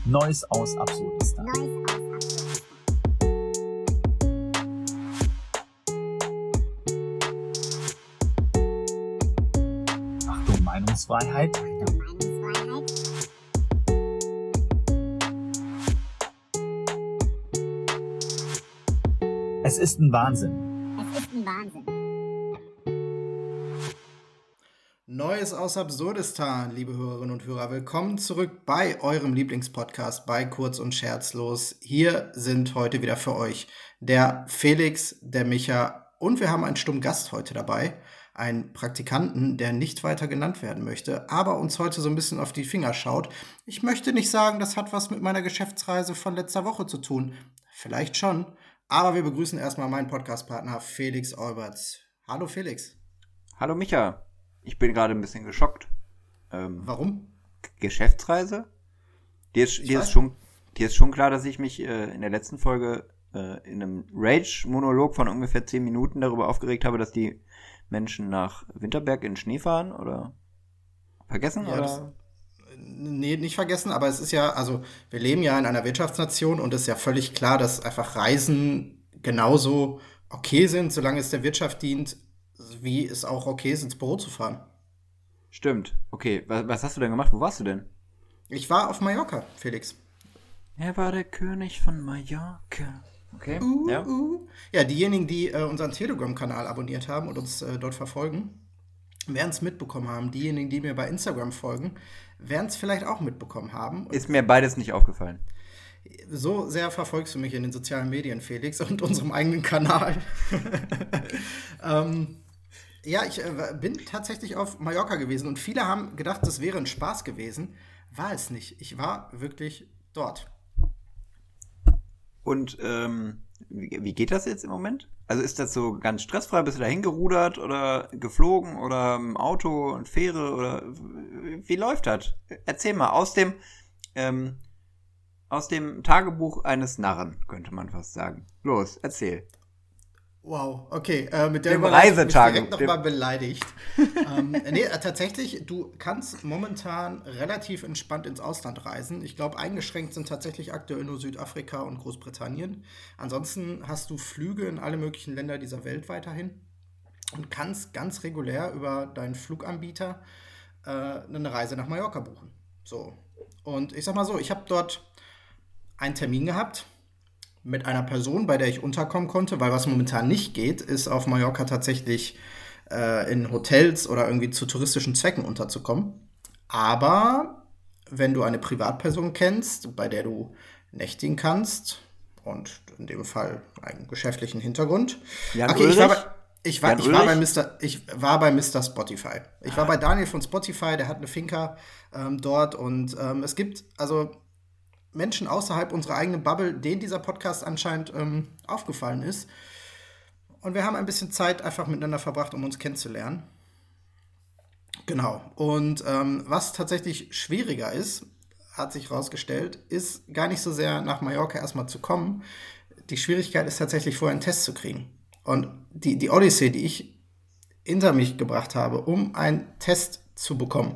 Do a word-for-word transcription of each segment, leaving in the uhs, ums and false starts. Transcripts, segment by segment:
Neues aus Absurdistan. Achtung, Meinungsfreiheit. Es ist ein Wahnsinn. Es ist ein Wahnsinn. Neues aus Absurdistan, liebe Hörerinnen und Hörer. Willkommen zurück bei eurem Lieblingspodcast bei Kurz und Scherzlos. Hier sind heute wieder für euch der Felix, der Micha und wir haben einen stummen Gast heute dabei. Einen Praktikanten, der nicht weiter genannt werden möchte, aber uns heute so ein bisschen auf die Finger schaut. Ich möchte nicht sagen, das hat was mit meiner Geschäftsreise von letzter Woche zu tun. Vielleicht schon, aber wir begrüßen erstmal meinen Podcastpartner Felix Olberts. Hallo Felix. Hallo Micha. Ich bin gerade ein bisschen geschockt. Ähm, Warum? Geschäftsreise? Dir ist, dir, weiß. ist schon, dir ist schon klar, dass ich mich äh, in der letzten Folge äh, in einem Rage-Monolog von ungefähr zehn Minuten darüber aufgeregt habe, dass die Menschen nach Winterberg in den Schnee fahren, oder vergessen? Ja, oder? das, nee, nicht vergessen, aber es ist ja, also wir leben ja in einer Wirtschaftsnation und es ist ja völlig klar, dass einfach Reisen genauso okay sind, solange es der Wirtschaft dient, wie es auch okay ist, ins Büro zu fahren. Stimmt. Okay, was, was hast du denn gemacht? Wo warst du denn? Ich war auf Mallorca, Felix. Er war der König von Mallorca. Okay, Uh, ja. uh. Ja, diejenigen, die äh, unseren Telegram-Kanal abonniert haben und uns äh, dort verfolgen, werden es mitbekommen haben. Diejenigen, die mir bei Instagram folgen, werden es vielleicht auch mitbekommen haben. Ist mir beides nicht aufgefallen. So sehr verfolgst du mich in den sozialen Medien, Felix, und unserem eigenen Kanal. ähm, ja, ich äh, bin tatsächlich auf Mallorca gewesen und viele haben gedacht, das wäre ein Spaß gewesen. War es nicht. Ich war wirklich dort. Und ähm, wie, wie geht das jetzt im Moment? Also ist das so ganz stressfrei? Bist du da hingerudert oder geflogen oder im Auto und Fähre oder wie läuft das? Erzähl mal aus dem ähm, aus dem Tagebuch eines Narren, könnte man fast sagen. Los, erzähl. Wow, okay. Äh, mit der Dem Überleitung bin ich Reisetage- direkt dem- nochmal beleidigt. ähm, nee, äh, tatsächlich, du kannst momentan relativ entspannt ins Ausland reisen. Ich glaube, eingeschränkt sind tatsächlich aktuell nur Südafrika und Großbritannien. Ansonsten hast du Flüge in alle möglichen Länder dieser Welt weiterhin und kannst ganz regulär über deinen Fluganbieter äh, eine Reise nach Mallorca buchen. So. Und ich sag mal so, ich habe dort einen Termin gehabt mit einer Person, bei der ich unterkommen konnte, weil was momentan nicht geht, ist auf Mallorca tatsächlich äh, in Hotels oder irgendwie zu touristischen Zwecken unterzukommen. Aber wenn du eine Privatperson kennst, bei der du nächtigen kannst und in dem Fall einen geschäftlichen Hintergrund. Jan okay, ich war, bei, Ulrich? ich, war, Jan ich, war bei Ulrich? Mister, ich war bei Mister Spotify. Ich war bei Daniel von Spotify, der hat eine Finca ähm, dort und ähm, es gibt also Menschen außerhalb unserer eigenen Bubble, denen dieser Podcast anscheinend ähm, aufgefallen ist. Und wir haben ein bisschen Zeit einfach miteinander verbracht, um uns kennenzulernen. Genau. Und ähm, was tatsächlich schwieriger ist, hat sich herausgestellt, ist gar nicht so sehr nach Mallorca erstmal zu kommen. Die Schwierigkeit ist tatsächlich vorher einen Test zu kriegen. Und die, die Odyssee, die ich hinter mich gebracht habe, um einen Test zu bekommen.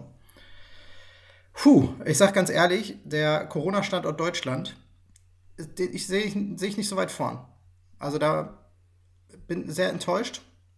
Puh, ich sag ganz ehrlich, der Corona-Standort Deutschland, den ich sehe ich, seh ich nicht so weit vorn. Also da bin sehr enttäuscht.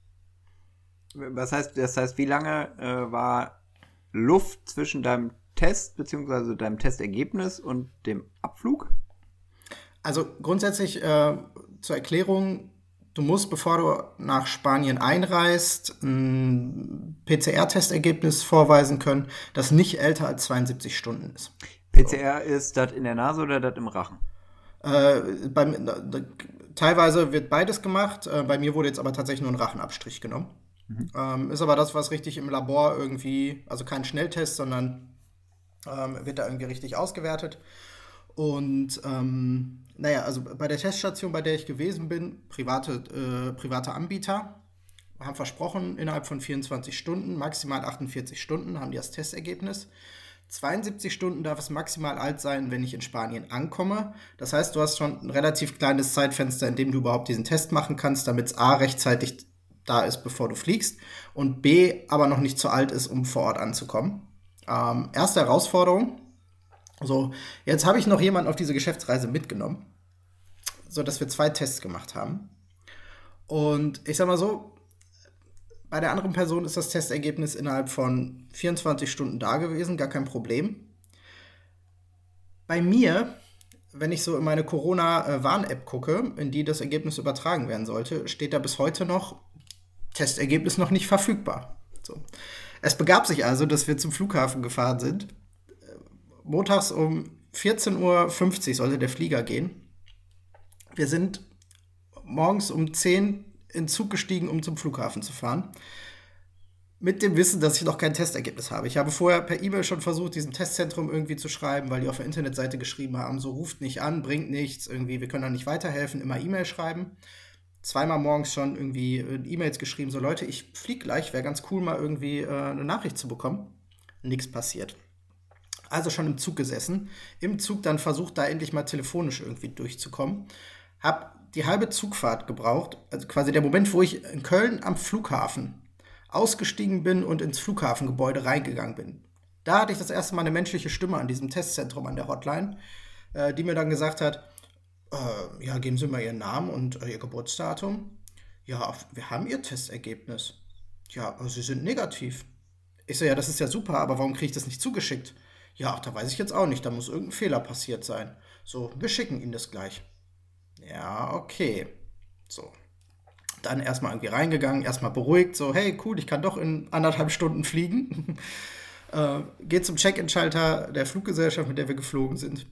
Was heißt, das heißt, wie lange äh, war Luft zwischen deinem Test bzw. deinem Testergebnis und dem Abflug? Also grundsätzlich äh, zur Erklärung, du musst, bevor du nach Spanien einreist, ein P C R-Testergebnis vorweisen können, das nicht älter als zweiundsiebzig Stunden ist. P C R ist das in der Nase oder das im Rachen? Äh, beim, äh, teilweise wird beides gemacht. Äh, bei mir wurde jetzt aber tatsächlich nur ein Rachenabstrich genommen. Mhm. Ähm, ist aber das, was richtig im Labor irgendwie, also kein Schnelltest, sondern ähm, wird da irgendwie richtig ausgewertet. Und ähm, naja, also bei der Teststation, bei der ich gewesen bin, private, äh, private Anbieter haben versprochen, innerhalb von vierundzwanzig Stunden, maximal achtundvierzig Stunden, haben die das Testergebnis. zweiundsiebzig Stunden darf es maximal alt sein, wenn ich in Spanien ankomme. Das heißt, du hast schon ein relativ kleines Zeitfenster, in dem du überhaupt diesen Test machen kannst, damit es A, rechtzeitig da ist, bevor du fliegst, und B, aber noch nicht zu alt ist, um vor Ort anzukommen. Ähm, erste Herausforderung So, jetzt habe ich noch jemanden auf diese Geschäftsreise mitgenommen, sodass wir zwei Tests gemacht haben. Und ich sag mal so, bei der anderen Person ist das Testergebnis innerhalb von vierundzwanzig Stunden da gewesen, gar kein Problem. Bei mir, wenn ich so in meine Corona-Warn-App gucke, in die das Ergebnis übertragen werden sollte, steht da bis heute noch Testergebnis noch nicht verfügbar. So. Es begab sich also, dass wir zum Flughafen gefahren sind. Montags um vierzehn Uhr fünfzig sollte der Flieger gehen. Wir sind morgens um zehn in den Zug gestiegen, um zum Flughafen zu fahren. Mit dem Wissen, dass ich noch kein Testergebnis habe. Ich habe vorher per E-Mail schon versucht, diesem Testzentrum irgendwie zu schreiben, weil die auf der Internetseite geschrieben haben, so ruft nicht an, bringt nichts, irgendwie, wir können da nicht weiterhelfen, immer E-Mail schreiben. Zweimal morgens schon irgendwie E-Mails geschrieben, so Leute, ich fliege gleich, wäre ganz cool, mal irgendwie äh, eine Nachricht zu bekommen. Nichts passiert. Also schon im Zug gesessen, im Zug dann versucht, da endlich mal telefonisch irgendwie durchzukommen. Hab die halbe Zugfahrt gebraucht, also quasi der Moment, wo ich in Köln am Flughafen ausgestiegen bin und ins Flughafengebäude reingegangen bin. Da hatte ich das erste Mal eine menschliche Stimme an diesem Testzentrum an der Hotline, äh, die mir dann gesagt hat, äh, ja, geben Sie mal Ihren Namen und äh, Ihr Geburtsdatum. Ja, wir haben Ihr Testergebnis. Ja, Sie sind negativ. Ich so, ja, das ist ja super, aber warum kriege ich das nicht zugeschickt? Ja, ach, da weiß ich jetzt auch nicht, da muss irgendein Fehler passiert sein. So, wir schicken Ihnen das gleich. Ja, okay. So. Dann erstmal irgendwie reingegangen, erstmal beruhigt, so, hey, cool, ich kann doch in anderthalb Stunden fliegen. äh, geht zum Check-in-Schalter der Fluggesellschaft, mit der wir geflogen sind.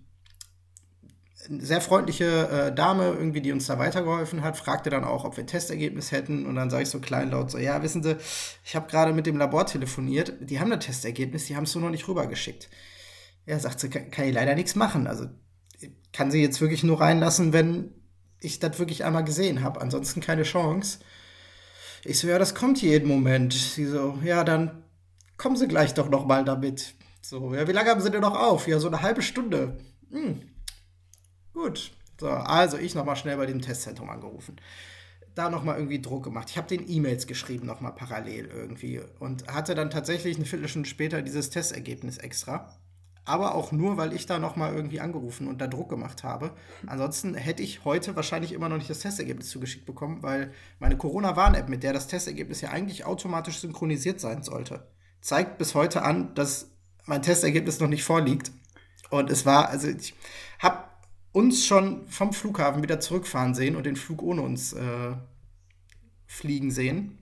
Eine sehr freundliche äh, Dame, irgendwie, die uns da weitergeholfen hat, fragte dann auch, ob wir ein Testergebnis hätten. Und dann sage ich so kleinlaut so, ja, wissen Sie, ich habe gerade mit dem Labor telefoniert, die haben ein Testergebnis, die haben es so noch nicht rübergeschickt. Ja, sagt sie, kann, kann ich leider nichts machen. Also kann sie jetzt wirklich nur reinlassen, wenn ich das wirklich einmal gesehen habe. Ansonsten keine Chance. Ich so, ja, das kommt jeden Moment. Sie so, ja, dann kommen Sie gleich doch noch mal damit. So, ja, wie lange haben Sie denn noch auf? Ja, so eine halbe Stunde. Hm. Gut. So, also ich noch mal schnell bei dem Testzentrum angerufen. Da noch mal irgendwie Druck gemacht. Ich habe den E-Mails geschrieben, noch mal parallel irgendwie. Und hatte dann tatsächlich eine Viertelstunde später dieses Testergebnis extra. Aber auch nur, weil ich da noch mal irgendwie angerufen und da Druck gemacht habe. Ansonsten hätte ich heute wahrscheinlich immer noch nicht das Testergebnis zugeschickt bekommen, weil meine Corona-Warn-App, mit der das Testergebnis ja eigentlich automatisch synchronisiert sein sollte, zeigt bis heute an, dass mein Testergebnis noch nicht vorliegt. Und es war, also ich habe uns schon vom Flughafen wieder zurückfahren sehen und den Flug ohne uns äh, fliegen sehen.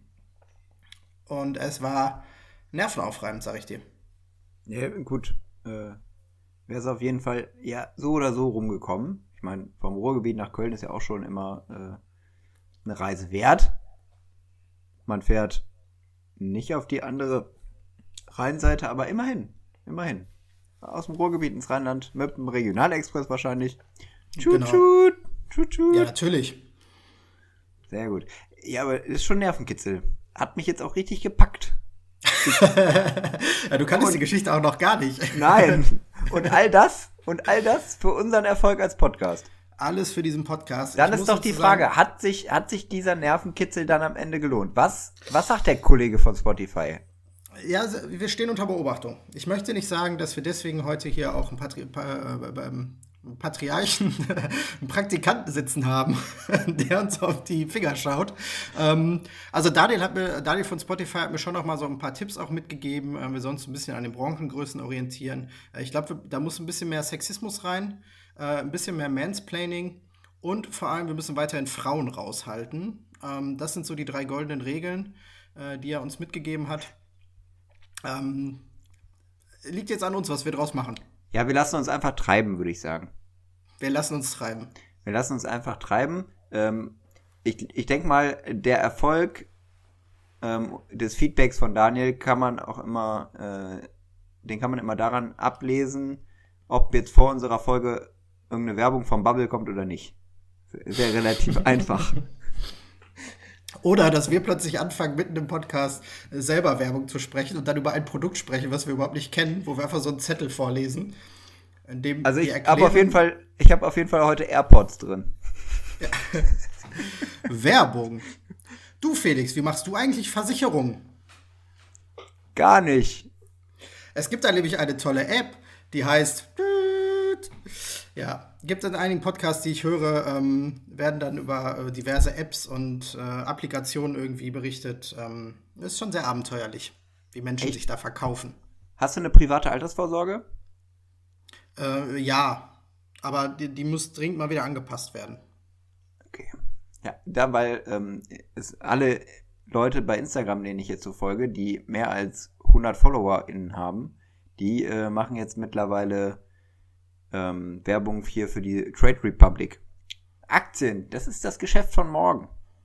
Und es war nervenaufreibend, sag ich dir. Ja, gut. Äh, wäre es auf jeden Fall ja so oder so rumgekommen. Ich meine, vom Ruhrgebiet nach Köln ist ja auch schon immer äh, eine Reise wert. Man fährt nicht auf die andere Rheinseite, aber immerhin, immerhin. Aus dem Ruhrgebiet ins Rheinland mit dem Regionalexpress wahrscheinlich. Tschut, Genau. tschut, tschut, tschut. Ja, natürlich. Sehr gut. Ja, aber ist schon Nervenkitzel. Hat mich jetzt auch richtig gepackt. Ja, du kanntest und, die Geschichte auch noch gar nicht. Nein. Und all das, und all das für unseren Erfolg als Podcast. Alles für diesen Podcast. Dann ich ist doch die Frage, hat sich, hat sich dieser Nervenkitzel dann am Ende gelohnt? Was, was sagt der Kollege von Spotify? Ja, wir stehen unter Beobachtung. Ich möchte nicht sagen, dass wir deswegen heute hier auch einen, Patri- pa- äh, einen Patriarchen, einen Praktikanten sitzen haben, der uns auf die Finger schaut. Ähm, also Daniel, hat mir, Daniel von Spotify hat mir schon noch mal so ein paar Tipps auch mitgegeben. Äh, wir sollen uns ein bisschen an den Branchengrößen orientieren. Äh, ich glaube, da muss ein bisschen mehr Sexismus rein, äh, ein bisschen mehr Mansplaining und vor allem, wir müssen weiterhin Frauen raushalten. Ähm, das sind so die drei goldenen Regeln, äh, die er uns mitgegeben hat. Ähm, liegt jetzt an uns, was wir draus machen. Ja, wir lassen uns einfach treiben, würde ich sagen. Wir lassen uns treiben. Wir lassen uns einfach treiben. Ähm, ich ich denke mal, der Erfolg ähm, des Feedbacks von Daniel kann man auch immer, äh, den kann man immer daran ablesen, ob jetzt vor unserer Folge irgendeine Werbung vom Bubble kommt oder nicht. Sehr relativ einfach. Oder dass wir plötzlich anfangen, mitten im Podcast selber Werbung zu sprechen und dann über ein Produkt sprechen, was wir überhaupt nicht kennen, wo wir einfach so einen Zettel vorlesen. In dem also ich wir habe auf jeden Fall, ich habe auf jeden Fall heute AirPods drin. Ja. Werbung. Du, Felix, wie machst du eigentlich Versicherungen? Gar nicht. Es gibt da nämlich eine tolle App, die heißt Ja, gibt es in einigen Podcasts, die ich höre, ähm, werden dann über äh, diverse Apps und äh, Applikationen irgendwie berichtet. Ähm, ist schon sehr abenteuerlich, wie Menschen Echt? sich da verkaufen. Hast du eine private Altersvorsorge? Äh, ja, aber die, die muss dringend mal wieder angepasst werden. Okay. Ja, da, weil ähm, es alle Leute bei Instagram, denen ich jetzt so folge, die mehr als hundert FollowerInnen haben, die äh, machen jetzt mittlerweile ähm, Werbung hier für die Trade Republic. Aktien, das ist das Geschäft von morgen.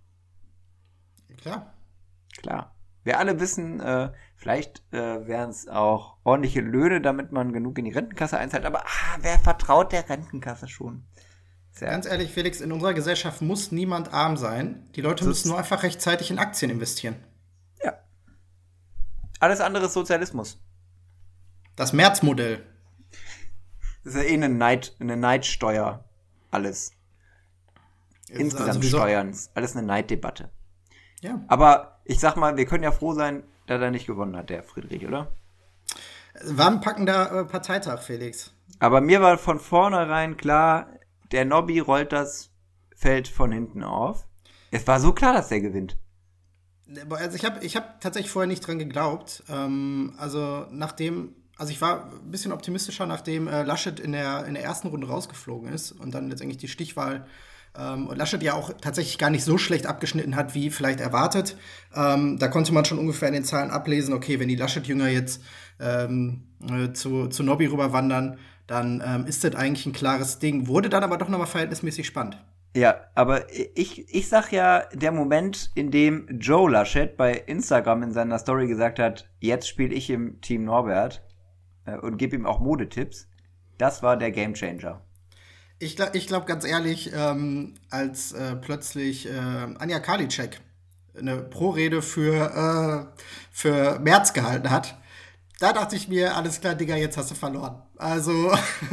Klar. Klar. Wir alle wissen, äh, vielleicht äh, wären es auch ordentliche Löhne, damit man genug in die Rentenkasse einzahlt, aber ah, wer vertraut der Rentenkasse schon? Sehr Ganz ehrlich, Felix, in unserer Gesellschaft muss niemand arm sein. Die Leute So müssen ist- nur einfach rechtzeitig in Aktien investieren. Ja. Alles andere ist Sozialismus. Das März-Modell. Das ist ja eh eine, Neid, eine Neidsteuer. Alles. Ist Insgesamt also wieso- Steuern. Ist alles eine Neiddebatte. Ja. Aber ich sag mal, wir können ja froh sein, dass er nicht gewonnen hat, der Friedrich, oder? War ein packender äh, Parteitag, Felix. Aber mir war von vornherein klar, der Nobby rollt das Feld von hinten auf. Es war so klar, dass der gewinnt. Also ich habe ich hab tatsächlich vorher nicht dran geglaubt. Ähm, also nachdem, also ich war ein bisschen optimistischer, nachdem äh, Laschet in der, in der ersten Runde rausgeflogen ist und dann letztendlich die Stichwahl ähm, und Laschet ja auch tatsächlich gar nicht so schlecht abgeschnitten hat, wie vielleicht erwartet. Ähm, da konnte man schon ungefähr in den Zahlen ablesen, okay, wenn die Laschet-Jünger jetzt ähm, äh, zu, zu Nobby rüberwandern, dann ähm, ist das eigentlich ein klares Ding. Wurde dann aber doch nochmal verhältnismäßig spannend. Ja, aber ich, ich sag ja, der Moment, in dem Joe Laschet bei Instagram in seiner Story gesagt hat, jetzt spiele ich im Team Norbert äh, und gebe ihm auch Modetipps, das war der Gamechanger. Ich glaube ich glaub ganz ehrlich, ähm, als äh, plötzlich äh, Anja Karliczek eine Pro-Rede für, äh, für Merz gehalten hat, da dachte ich mir, alles klar, Digga, jetzt hast du verloren. Also,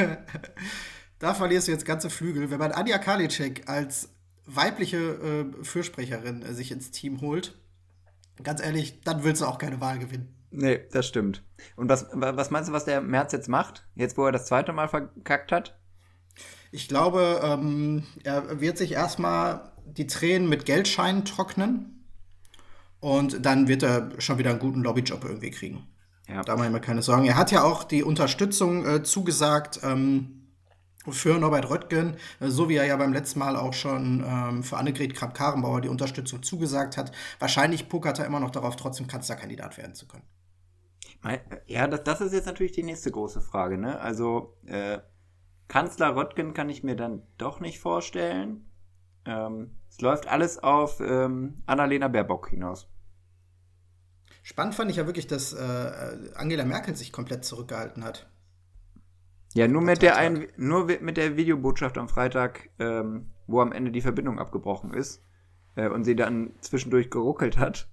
da verlierst du jetzt ganze Flügel. Wenn man Anja Karliczek als weibliche äh, Fürsprecherin äh, sich ins Team holt, ganz ehrlich, dann willst du auch keine Wahl gewinnen. Nee, das stimmt. Und was, was meinst du, was der Merz jetzt macht? Jetzt, wo er das zweite Mal verkackt hat? Ich glaube, ähm, er wird sich erstmal die Tränen mit Geldscheinen trocknen und dann wird er schon wieder einen guten Lobbyjob irgendwie kriegen. Ja. Da mache ich mir keine Sorgen. Er hat ja auch die Unterstützung äh, zugesagt ähm, für Norbert Röttgen, äh, so wie er ja beim letzten Mal auch schon ähm, für Annegret Kramp-Karrenbauer die Unterstützung zugesagt hat. Wahrscheinlich pokert er immer noch darauf, trotzdem Kanzlerkandidat werden zu können. Ja, das, das ist jetzt natürlich die nächste große Frage, ne? Also, äh, Kanzler Röttgen kann ich mir dann doch nicht vorstellen. Ähm, es läuft alles auf ähm, Annalena Baerbock hinaus. Spannend fand ich ja wirklich, dass äh, Angela Merkel sich komplett zurückgehalten hat. Ja, nur mit der, Parteitag. ein, nur mit der Videobotschaft am Freitag, ähm, wo am Ende die Verbindung abgebrochen ist äh, und sie dann zwischendurch geruckelt hat.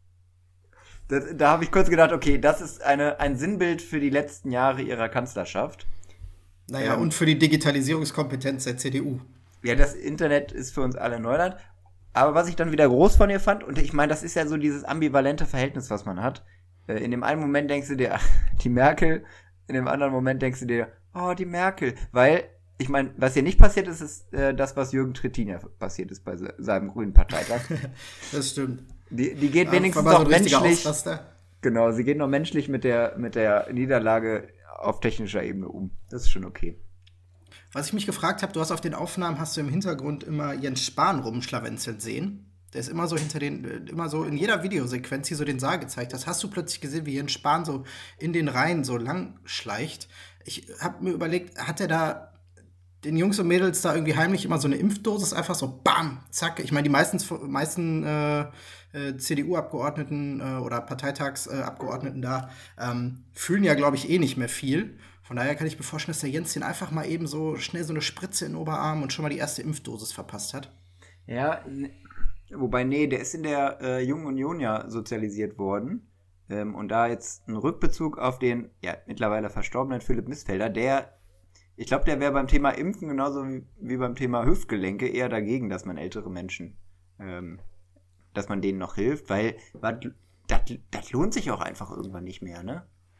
Das, da habe ich kurz gedacht, okay, das ist eine, ein Sinnbild für die letzten Jahre ihrer Kanzlerschaft. Naja, Ähm. und für die Digitalisierungskompetenz der C D U. Ja, das Internet ist für uns alle Neuland. Aber was ich dann wieder groß von ihr fand, und ich meine, das ist ja so dieses ambivalente Verhältnis, was man hat. Äh, in dem einen Moment denkst du dir, ach, die Merkel, in dem anderen Moment denkst du dir, oh, die Merkel. Weil, ich meine, was hier nicht passiert ist, ist äh, das, was Jürgen Trittin ja passiert ist bei se- seinem grünen Parteitag. Das stimmt. Die, die geht wenigstens war so noch ein richtiger menschlich. Ausraster. Genau, sie geht noch menschlich mit der, mit der Niederlage auf technischer Ebene um. Das ist schon okay. Was ich mich gefragt habe, du hast auf den Aufnahmen, hast du im Hintergrund immer Jens Spahn rumschlawenzeln sehen. Der ist immer so hinter den, immer so in jeder Videosequenz hier so den Saal gezeigt. Das hast du plötzlich gesehen, wie Jens Spahn so in den Reihen so lang schleicht. Ich habe mir überlegt, hat er da den Jungs und Mädels da irgendwie heimlich immer so eine Impfdosis, einfach so bam, zack. Ich meine, die meisten, meisten äh, äh, C D U-Abgeordneten äh, oder Parteitagsabgeordneten äh, da ähm, fühlen ja, glaube ich, eh nicht mehr viel. Von daher kann ich mir vorstellen, dass der Jens den einfach mal eben so schnell so eine Spritze in den Oberarm und schon mal die erste Impfdosis verpasst hat. Ja, ne, wobei, nee, der ist in der äh, Jungen Union ja sozialisiert worden. Ähm, und da jetzt ein Rückbezug auf den, ja, mittlerweile verstorbenen Philipp Missfelder, der, ich glaube, der wäre beim Thema Impfen genauso wie, wie beim Thema Hüftgelenke eher dagegen, dass man ältere Menschen, ähm, dass man denen noch hilft, weil das lohnt sich auch einfach irgendwann nicht mehr, ne?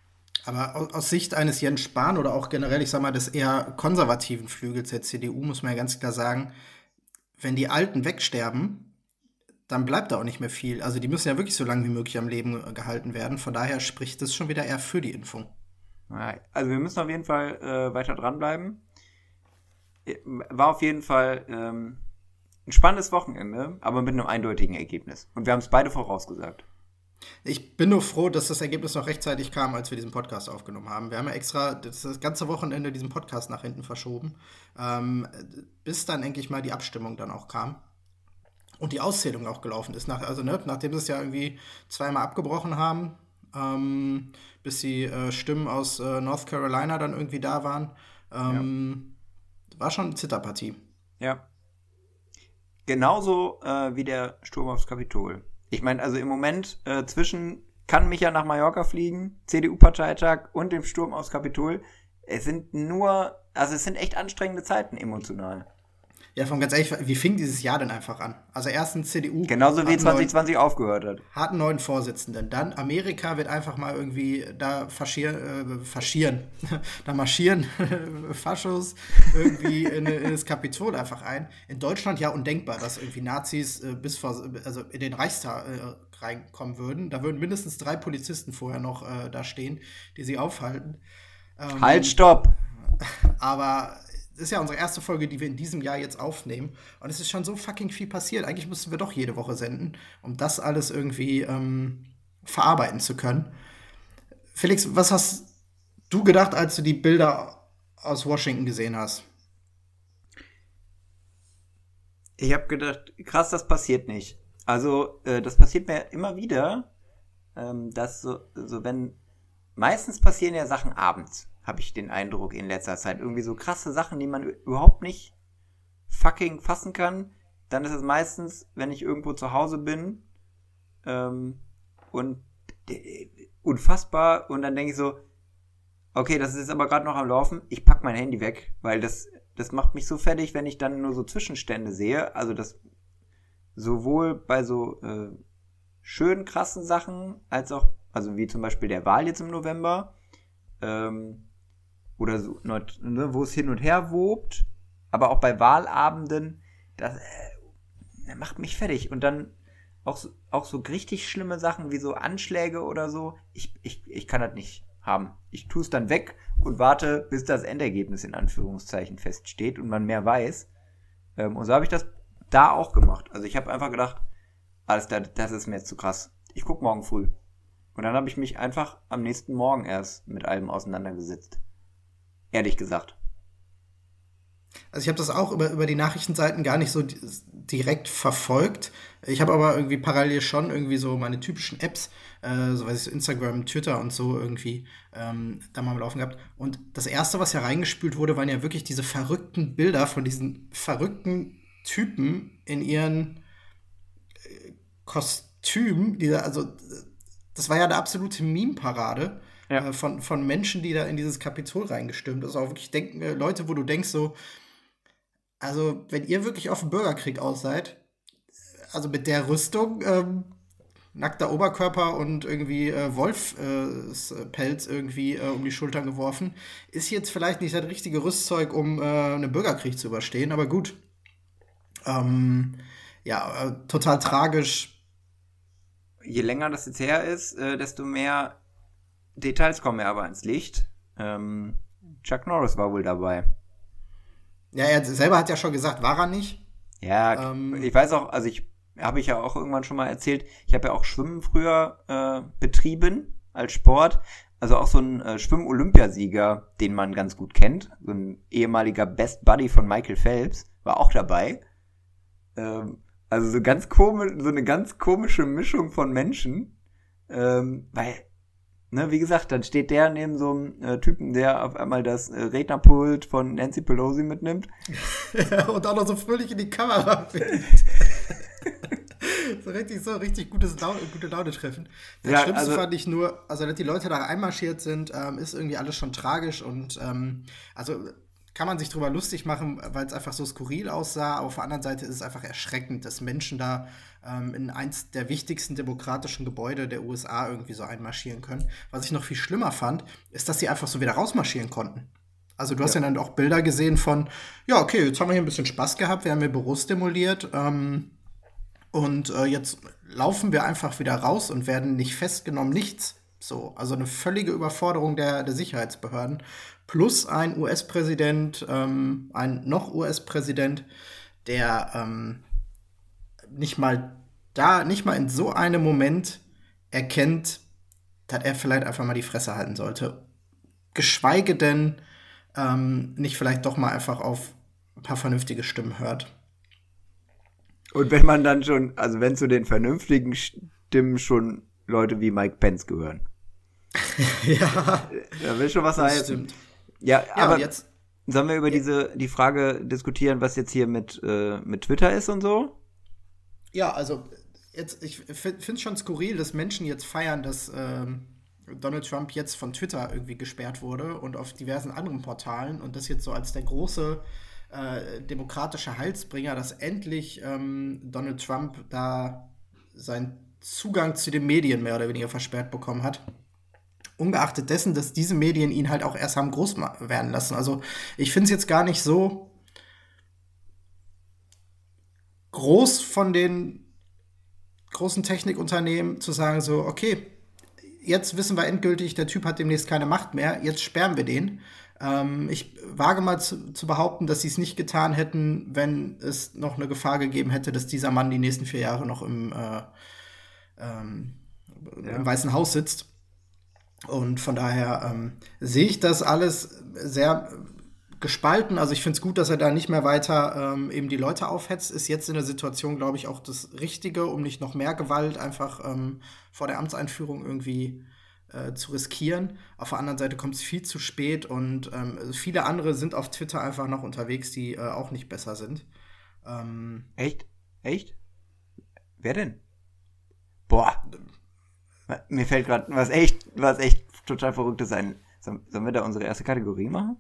Aber aus, aus Sicht eines Jens Spahn oder auch generell, ich sag mal, des eher konservativen Flügels der C D U, muss man ja ganz klar sagen, wenn die Alten wegsterben, dann bleibt da auch nicht mehr viel. Also die müssen ja wirklich so lange wie möglich am Leben äh, gehalten werden. Von daher spricht das schon wieder eher für die Impfung. Also wir müssen auf jeden Fall äh, weiter dranbleiben. War auf jeden Fall ähm, ein spannendes Wochenende, aber mit einem eindeutigen Ergebnis. Und wir haben es beide vorausgesagt. Ich bin nur froh, dass das Ergebnis noch rechtzeitig kam, als wir diesen Podcast aufgenommen haben. Wir haben ja extra das, das ganze Wochenende diesen Podcast nach hinten verschoben, ähm, bis dann endlich mal die Abstimmung dann auch kam. Und die Auszählung auch gelaufen ist. Nach, also ne, nachdem sie es ja irgendwie zweimal abgebrochen haben, ähm, bis die äh, Stimmen aus äh, North Carolina dann irgendwie da waren. Ähm, ja. War schon eine Zitterpartie. Ja. Genauso äh, wie der Sturm aufs Kapitol. Ich meine, also im Moment äh, zwischen kann Micha nach Mallorca fliegen, C D U-Parteitag und dem Sturm aufs Kapitol, es sind nur, also es sind echt anstrengende Zeiten emotional. Ja, von ganz ehrlich, wie fing dieses Jahr denn einfach an? Also erstens C D U. Genauso wie zwanzig zwanzig neuen, aufgehört hat. Hat einen neuen Vorsitzenden. Dann Amerika wird einfach mal irgendwie da faschieren, äh, faschieren. da marschieren Faschos irgendwie in, in das Kapitol einfach ein. In Deutschland ja undenkbar, dass irgendwie Nazis äh, bis vor, also in den Reichstag äh, reinkommen würden. Da würden mindestens drei Polizisten vorher noch äh, da stehen, die sie aufhalten. Ähm, halt, stopp! Aber das ist ja unsere erste Folge, die wir in diesem Jahr jetzt aufnehmen. Und es ist schon so fucking viel passiert. Eigentlich müssten wir doch jede Woche senden, um das alles irgendwie ähm, verarbeiten zu können. Felix, was hast du gedacht, als du die Bilder aus Washington gesehen hast? Ich habe gedacht, krass, das passiert nicht. Also, äh, das passiert mir immer wieder, ähm, dass so, so, wenn, meistens passieren ja Sachen abends, habe ich den Eindruck in letzter Zeit. Irgendwie so krasse Sachen, die man überhaupt nicht fucking fassen kann. Dann ist es meistens, wenn ich irgendwo zu Hause bin ähm, und äh, unfassbar und dann denke ich so, okay, das ist jetzt aber gerade noch am Laufen, ich pack mein Handy weg, weil das, das macht mich so fertig, wenn ich dann nur so Zwischenstände sehe. Also das sowohl bei so äh, schönen, krassen Sachen, als auch, also wie zum Beispiel der Wahl jetzt im November, ähm, oder so, ne, wo es hin und her wobt, aber auch bei Wahlabenden, das äh, macht mich fertig. Und dann auch so, auch so richtig schlimme Sachen wie so Anschläge oder so, ich, ich, ich kann das nicht haben. Ich tue es dann weg und warte, bis das Endergebnis in Anführungszeichen feststeht und man mehr weiß. Ähm, und so habe ich das da auch gemacht. Also ich habe einfach gedacht, alles das, das ist mir jetzt zu krass. Ich gucke morgen früh. Und dann habe ich mich einfach am nächsten Morgen erst mit allem auseinandergesetzt. Ehrlich gesagt. Also ich habe das auch über, über die Nachrichtenseiten gar nicht so di- direkt verfolgt. Ich habe aber irgendwie parallel schon irgendwie so meine typischen Apps, äh, so weiß ich, Instagram, Twitter und so irgendwie ähm, da mal am Laufen gehabt. Und das Erste, was ja reingespült wurde, waren ja wirklich diese verrückten Bilder von diesen verrückten Typen in ihren äh, Kostümen. Die da, also das war ja eine absolute Meme-Parade. Ja. Von, von Menschen, die da in dieses Kapitol reingestürmt. Also auch wirklich denken, äh, Leute, wo du denkst so, also wenn ihr wirklich auf den Bürgerkrieg aus seid, also mit der Rüstung, ähm, nackter Oberkörper und irgendwie äh, Wolfspelz äh, irgendwie äh, um die Schultern geworfen, ist jetzt vielleicht nicht das richtige Rüstzeug, um äh, einen Bürgerkrieg zu überstehen, aber gut. Ähm, ja, äh, total tragisch. Je länger das jetzt her ist, äh, desto mehr Details kommen ja aber ins Licht. Ähm, Chuck Norris war wohl dabei. Ja, er selber hat ja schon gesagt, war er nicht. Ja, ähm, ich weiß auch, also ich habe ich ja auch irgendwann schon mal erzählt, ich habe ja auch Schwimmen früher äh, betrieben als Sport. Also auch so ein äh, Schwimm-Olympiasieger, den man ganz gut kennt, so ein ehemaliger Best Buddy von Michael Phelps, war auch dabei. Ähm, also so ganz komisch, so eine ganz komische Mischung von Menschen, ähm, weil Ne, wie gesagt, dann steht der neben so einem äh, Typen, der auf einmal das äh, Rednerpult von Nancy Pelosi mitnimmt. Und auch noch so fröhlich in die Kamera so richtig, so richtig gutes Laune, gute Laune treffen. Das ja, Schlimmste also, fand ich nur, also dass die Leute da einmarschiert sind, ähm, ist irgendwie alles schon tragisch und ähm, also kann man sich drüber lustig machen, weil es einfach so skurril aussah. Aber auf der anderen Seite ist es einfach erschreckend, dass Menschen da ähm, in eins der wichtigsten demokratischen Gebäude der U S A irgendwie so einmarschieren können. Was ich noch viel schlimmer fand, ist, dass sie einfach so wieder rausmarschieren konnten. Also du hast ja, ja dann auch Bilder gesehen von, ja, okay, jetzt haben wir hier ein bisschen Spaß gehabt, wir haben hier Büros demoliert ähm, und äh, jetzt laufen wir einfach wieder raus und werden nicht festgenommen, nichts. So, also eine völlige Überforderung der, der Sicherheitsbehörden. Plus ein U S-Präsident, ähm, ein noch U S-Präsident, der ähm, nicht mal da, nicht mal in so einem Moment erkennt, dass er vielleicht einfach mal die Fresse halten sollte. Geschweige denn ähm, nicht vielleicht doch mal einfach auf ein paar vernünftige Stimmen hört. Und wenn man dann schon, also wenn zu den vernünftigen Stimmen schon Leute wie Mike Pence gehören. Ja. Da will schon was heißen. Stimmt. Ja, Ja, aber jetzt, sollen wir über diese, die Frage diskutieren, was jetzt hier mit, äh, mit Twitter ist und so? ja, also jetzt, ich finde es schon skurril, dass Menschen jetzt feiern, dass ähm, Donald Trump jetzt von Twitter irgendwie gesperrt wurde und auf diversen anderen Portalen und das jetzt so als der große äh, demokratische Heilsbringer, dass endlich ähm, Donald Trump da seinen Zugang zu den Medien mehr oder weniger versperrt bekommen hat. Ungeachtet dessen, dass diese Medien ihn halt auch erst haben groß werden lassen. Also ich finde es jetzt gar nicht so groß von den großen Technikunternehmen zu sagen so, okay, jetzt wissen wir endgültig, der Typ hat demnächst keine Macht mehr, jetzt sperren wir den. Ähm, ich wage mal zu, zu behaupten, dass sie es nicht getan hätten, wenn es noch eine Gefahr gegeben hätte, dass dieser Mann die nächsten vier Jahre noch im, äh, ähm, ja. im Weißen Haus sitzt. Und von daher ähm, sehe ich das alles sehr gespalten. Also ich finde es gut, dass er da nicht mehr weiter ähm, eben die Leute aufhetzt. Ist jetzt in der Situation, glaube ich, auch das Richtige, um nicht noch mehr Gewalt einfach ähm, vor der Amtseinführung irgendwie äh, zu riskieren. Auf der anderen Seite kommt es viel zu spät und ähm, viele andere sind auf Twitter einfach noch unterwegs, die äh, auch nicht besser sind. Ähm, Echt? Echt? Wer denn? Boah. Mir fällt gerade was echt, was echt total Verrücktes ein. Sollen wir da unsere erste Kategorie machen?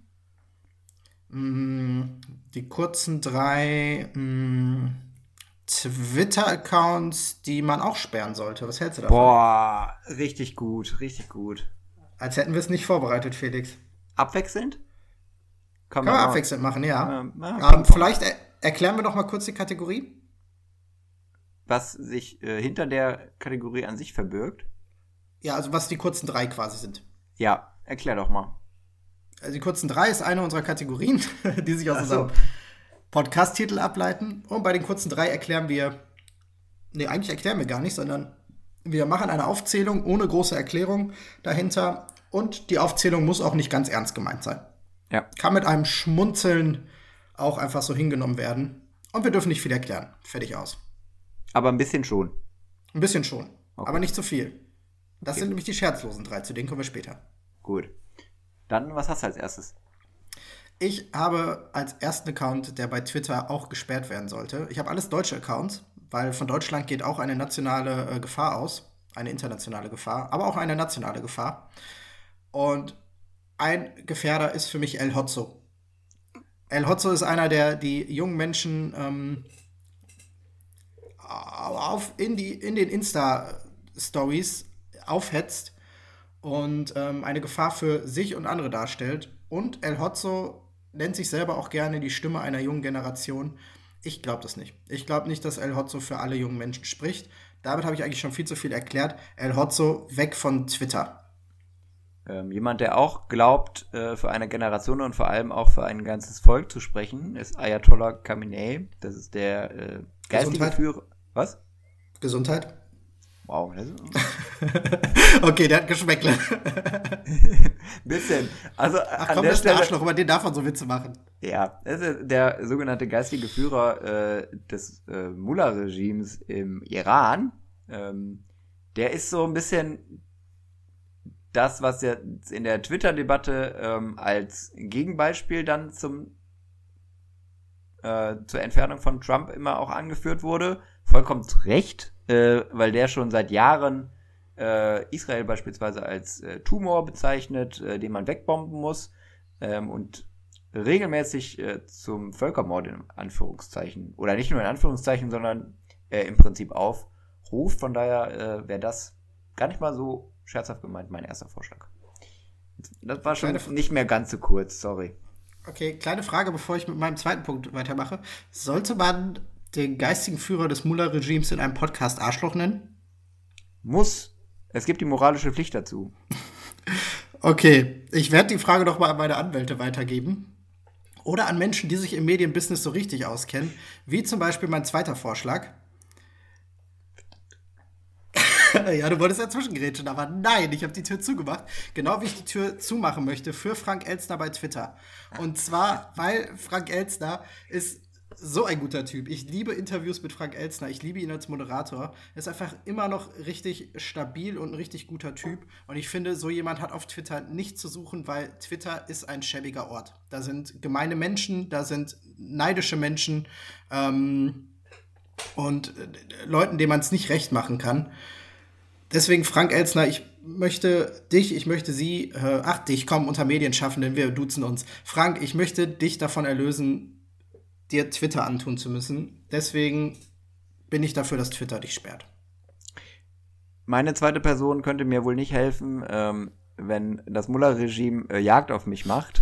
Die kurzen drei mh, Twitter-Accounts, die man auch sperren sollte. Was hältst du davon? Boah, richtig gut, richtig gut. Als hätten wir es nicht vorbereitet, Felix. Abwechselnd? Kann man abwechselnd machen, ja. Ähm, ah, ähm, vielleicht er- erklären wir doch mal kurz die Kategorie. Was sich äh, hinter der Kategorie an sich verbirgt. Ja, also was die kurzen drei quasi sind. Ja, erklär doch mal. Also die kurzen drei ist eine unserer Kategorien, die sich aus Ach so. unserem Podcast-Titel ableiten. Und bei den kurzen drei erklären wir, nee, eigentlich erklären wir gar nicht, sondern wir machen eine Aufzählung ohne große Erklärung dahinter. Und die Aufzählung muss auch nicht ganz ernst gemeint sein. Ja. Kann mit einem Schmunzeln auch einfach so hingenommen werden. Und wir dürfen nicht viel erklären. Fertig aus. Aber ein bisschen schon. Ein bisschen schon, Okay. aber nicht zu viel. Das Okay. sind nämlich die scherzlosen drei, zu denen kommen wir später. Gut. Dann, was hast du als erstes? Ich habe als ersten Account, der bei Twitter auch gesperrt werden sollte. Ich habe alles deutsche Accounts, weil von Deutschland geht auch eine nationale äh, Gefahr aus. Eine internationale Gefahr, aber auch eine nationale Gefahr. Und ein Gefährder ist für mich El Hotzo. El Hotzo ist einer, der die jungen Menschen ähm, auf, in, die, in den Insta-Stories aufhetzt und ähm, eine Gefahr für sich und andere darstellt. Und El Hotzo nennt sich selber auch gerne die Stimme einer jungen Generation. Ich glaube das nicht. Ich glaube nicht, dass El Hotzo für alle jungen Menschen spricht. Damit habe ich eigentlich schon viel zu viel erklärt. El Hotzo, weg von Twitter. Ähm, jemand, der auch glaubt, äh, für eine Generation und vor allem auch für ein ganzes Volk zu sprechen, ist Ayatollah Khamenei. Das ist der äh, geistige Gesundheit. Führer. Was? Gesundheit. Wow. Das ist Okay, der hat Geschmäckle. bisschen. Also Ach an komm, der das ist der Stelle, Arschloch, über den darf man so Witze machen. ja, das ist der sogenannte geistige Führer äh, des äh, Mullah-Regimes im Iran. Ähm, der ist so ein bisschen das, was jetzt in der Twitter-Debatte ähm, als Gegenbeispiel dann zum äh, zur Entfernung von Trump immer auch angeführt wurde. Vollkommen zu Recht, äh, weil der schon seit Jahren äh, Israel beispielsweise als äh, Tumor bezeichnet, äh, den man wegbomben muss. Ähm, und regelmäßig äh, zum Völkermord in Anführungszeichen, oder nicht nur in Anführungszeichen, sondern äh, im Prinzip aufruft. Von daher äh, wäre das gar nicht mal so scherzhaft gemeint, mein erster Vorschlag. Das war schon Kleine nicht mehr ganz so kurz, sorry. Okay, kleine Frage, bevor ich mit meinem zweiten Punkt weitermache. Sollte man den geistigen Führer des Mullah-Regimes in einem Podcast Arschloch nennen? Muss. Es gibt die moralische Pflicht dazu. Okay, ich werde die Frage doch mal an meine Anwälte weitergeben. Oder an Menschen, die sich im Medienbusiness so richtig auskennen. Wie zum Beispiel mein zweiter Vorschlag. Ja, du wolltest dazwischen grätschen, aber nein, ich habe die Tür zugemacht. Genau wie ich die Tür zumachen möchte für Frank Elstner bei Twitter. Und zwar, weil Frank Elstner ist so ein guter Typ. Ich liebe Interviews mit Frank Elstner. Ich liebe ihn als Moderator. Er ist einfach immer noch richtig stabil und ein richtig guter Typ. Und ich finde, so jemand hat auf Twitter nichts zu suchen, weil Twitter ist ein schäbiger Ort. Da sind gemeine Menschen, da sind neidische Menschen ähm, und äh, Leuten, denen man es nicht recht machen kann. Deswegen, Frank Elstner, ich möchte dich, ich möchte sie, äh, ach dich, komm, unter Medienschaffenden, wir duzen uns. Frank, ich möchte dich davon erlösen, dir Twitter antun zu müssen. Deswegen bin ich dafür, dass Twitter dich sperrt. Meine zweite Person könnte mir wohl nicht helfen, ähm, wenn das Mullah-Regime äh, Jagd auf mich macht.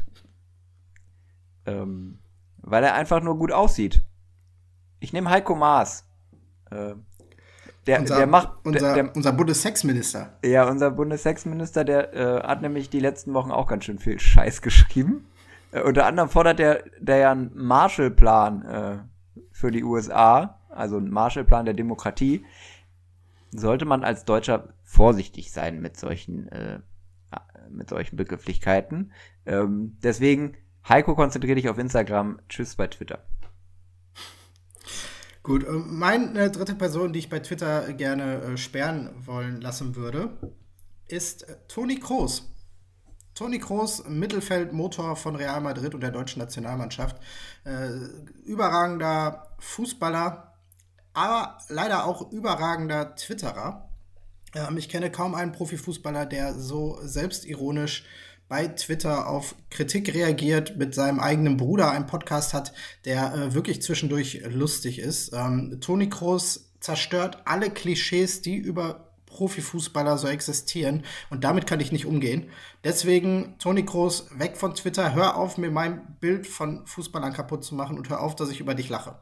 Ähm, weil er einfach nur gut aussieht. Ich nehme Heiko Maas. Äh, Der, unser, der macht, unser, der, der, unser Bundessexminister. Ja, unser Bundessexminister, der äh, hat nämlich die letzten Wochen auch ganz schön viel Scheiß geschrieben. Äh, unter anderem fordert der, der ja einen Marshallplan äh, für die U S A, also einen Marshallplan der Demokratie. Sollte man als Deutscher vorsichtig sein mit solchen, äh, mit solchen Begrifflichkeiten. Ähm, deswegen, Heiko, konzentriere dich auf Instagram. Tschüss bei Twitter. Gut, meine dritte Person, die ich bei Twitter gerne äh, sperren wollen lassen würde, ist äh, Toni Kroos. Toni Kroos, Mittelfeldmotor von Real Madrid und der deutschen Nationalmannschaft. Äh, überragender Fußballer, aber leider auch überragender Twitterer. Ähm, ich kenne kaum einen Profifußballer, der so selbstironisch bei Twitter auf Kritik reagiert, mit seinem eigenen Bruder einen Podcast hat, der äh, wirklich zwischendurch lustig ist. Ähm, Toni Kroos zerstört alle Klischees, die über Profifußballer so existieren, und damit kann ich nicht umgehen. Deswegen, Toni Kroos, weg von Twitter, hör auf, mir mein Bild von Fußballern kaputt zu machen, und hör auf, dass ich über dich lache.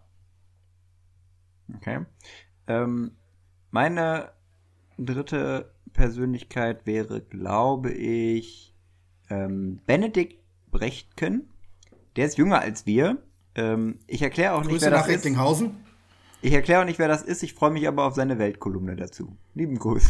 Okay. Ähm, meine dritte Persönlichkeit wäre, glaube ich, Ähm, Benedikt Brechtken, der ist jünger als wir. Ähm, ich erkläre auch Grüße nicht, wer nach das ist. Recklinghausen. Ich erkläre auch nicht, wer das ist. Ich freue mich aber auf seine Weltkolumne dazu. Lieben Gruß.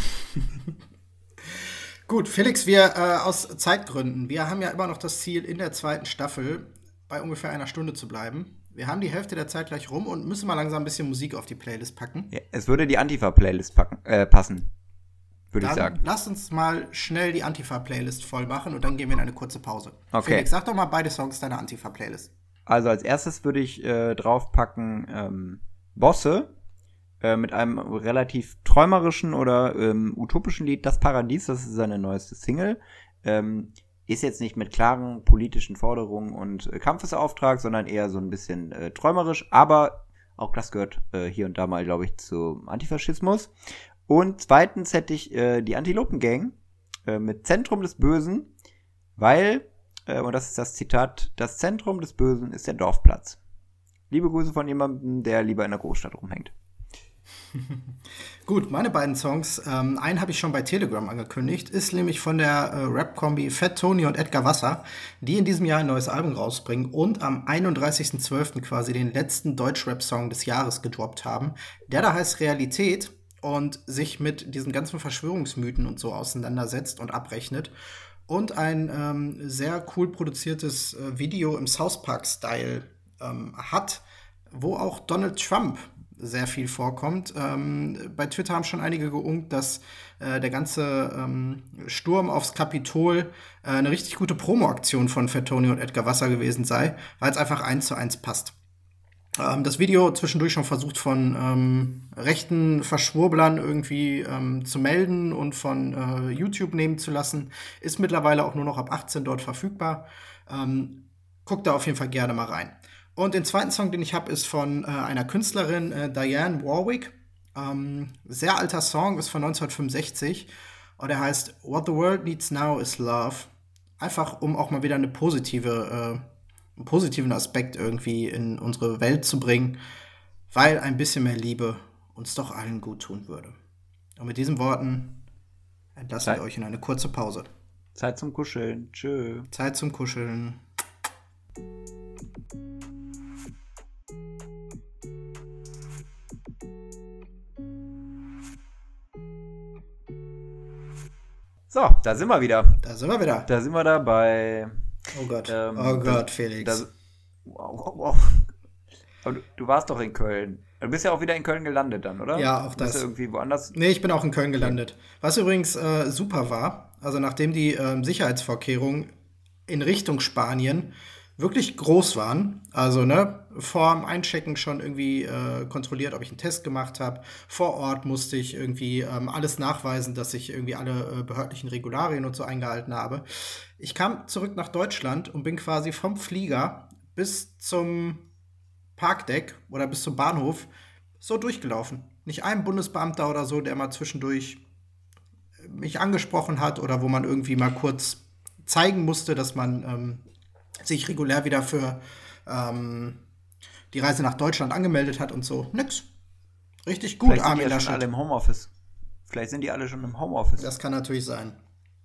Gut, Felix, wir äh, aus Zeitgründen, wir haben ja immer noch das Ziel, in der zweiten Staffel bei ungefähr einer Stunde zu bleiben. Wir haben die Hälfte der Zeit gleich rum und müssen mal langsam ein bisschen Musik auf die Playlist packen. Ja, es würde die Antifa-Playlist packen, äh, passen. Würde ich sagen. Lass uns mal schnell die Antifa-Playlist voll machen und dann gehen wir in eine kurze Pause. Okay. Felix, sag doch mal beide Songs deiner Antifa-Playlist. Also als erstes würde ich äh, draufpacken ähm, Bosse äh, mit einem relativ träumerischen oder ähm, utopischen Lied, Das Paradies, das ist seine neueste Single. Ähm, ist jetzt nicht mit klaren politischen Forderungen und äh, Kampfesauftrag, sondern eher so ein bisschen äh, träumerisch, aber auch das gehört äh, hier und da mal, glaube ich, zum Antifaschismus. Und zweitens hätte ich äh, die Antilopen-Gang äh, mit Zentrum des Bösen, weil, äh, und das ist das Zitat, das Zentrum des Bösen ist der Dorfplatz. Liebe Grüße von jemandem, der lieber in der Großstadt rumhängt. Gut, meine beiden Songs, ähm, einen habe ich schon bei Telegram angekündigt, ist nämlich von der äh, Rap-Kombi Fat Tony und Edgar Wasser, die in diesem Jahr ein neues Album rausbringen und am einunddreißigsten zwölften quasi den letzten Deutsch-Rap-Song des Jahres gedroppt haben. Der da heißt Realität und sich mit diesen ganzen Verschwörungsmythen und so auseinandersetzt und abrechnet. Und ein ähm, sehr cool produziertes äh, Video im South Park-Style ähm, hat, wo auch Donald Trump sehr viel vorkommt. Ähm, bei Twitter haben schon einige geunkt, dass äh, der ganze ähm, Sturm aufs Kapitol äh, eine richtig gute Promo-Aktion von Fat Tony und Edgar Wasser gewesen sei, weil es einfach eins zu eins passt. Ähm, das Video zwischendurch schon versucht von ähm, rechten Verschwurblern irgendwie ähm, zu melden und von äh, YouTube nehmen zu lassen, ist mittlerweile auch nur noch ab achtzehn dort verfügbar. Ähm, guckt da auf jeden Fall gerne mal rein. Und den zweiten Song, den ich habe, ist von äh, einer Künstlerin, äh, Diane Warwick. Ähm, sehr alter Song, ist von neunzehnhundertfünfundsechzig. Und er heißt What the World Needs Now is Love. Einfach, um auch mal wieder eine positive, äh, einen positiven Aspekt irgendwie in unsere Welt zu bringen, weil ein bisschen mehr Liebe uns doch allen gut tun würde. Und mit diesen Worten entlassen Zeit. wir euch in eine kurze Pause. Zeit zum Kuscheln. Tschö. Zeit zum Kuscheln. So, da sind wir wieder. Da sind wir wieder. Da sind wir da bei. Oh Gott. Ähm, oh Gott, das, Felix. Das, wow, wow, wow. Aber du, du warst doch in Köln. Du bist ja auch wieder in Köln gelandet dann, oder? Ja, auch das. Bist du irgendwie woanders? Nee, ich bin auch in Köln gelandet. Was übrigens äh, super war, also nachdem die äh, Sicherheitsvorkehrungen in Richtung Spanien wirklich groß waren, also ne, vor dem Einchecken schon irgendwie äh, kontrolliert, ob ich einen Test gemacht habe. Vor Ort musste ich irgendwie ähm, alles nachweisen, dass ich irgendwie alle äh, behördlichen Regularien und so eingehalten habe. Ich kam zurück nach Deutschland und bin quasi vom Flieger bis zum Parkdeck oder bis zum Bahnhof so durchgelaufen. Nicht ein Bundesbeamter oder so, der mal zwischendurch mich angesprochen hat oder wo man irgendwie mal kurz zeigen musste, dass man ähm, sich regulär wieder für ähm, die Reise nach Deutschland angemeldet hat und so. Nix. Richtig gut, Vielleicht sind die Armin ja schon Laschet. alle im Homeoffice. Vielleicht sind die alle schon im Homeoffice. Das kann natürlich sein.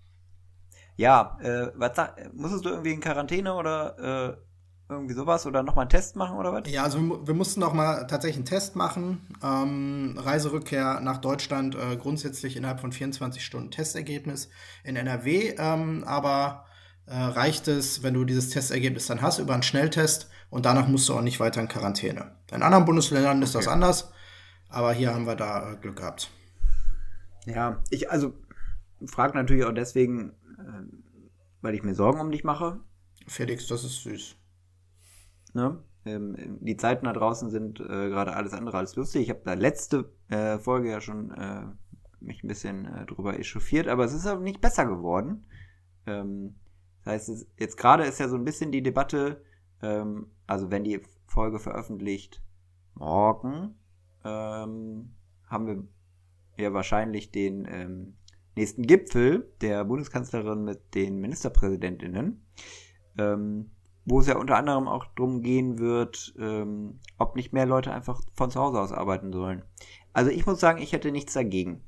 Ja, äh, was sag, musstest du irgendwie in Quarantäne oder äh, irgendwie sowas oder nochmal einen Test machen oder was? Ja, also wir, wir mussten noch mal tatsächlich einen Test machen. Ähm, Reiserückkehr nach Deutschland, äh, grundsätzlich innerhalb von vierundzwanzig Stunden Testergebnis in N R W. Ähm, aber äh, reicht es, wenn du dieses Testergebnis dann hast, über einen Schnelltest und danach musst du auch nicht weiter in Quarantäne. In anderen Bundesländern ist Okay. das anders, aber hier haben wir da äh, Glück gehabt. Ja, ich also frage natürlich auch deswegen, äh, weil ich mir Sorgen um dich mache. Felix, das ist süß. Ne? Ähm, die Zeiten da draußen sind äh, gerade alles andere als lustig. Ich habe da letzte äh, Folge ja schon äh, mich ein bisschen äh, drüber echauffiert, aber es ist aber nicht besser geworden. Ähm, das heißt, es, jetzt gerade ist ja so ein bisschen die Debatte, ähm, also wenn die Folge veröffentlicht morgen, ähm, haben wir ja wahrscheinlich den ähm, nächsten Gipfel der Bundeskanzlerin mit den Ministerpräsidentinnen, ähm, wo es ja unter anderem auch darum gehen wird, ähm, ob nicht mehr Leute einfach von zu Hause aus arbeiten sollen. Also ich muss sagen, ich hätte nichts dagegen.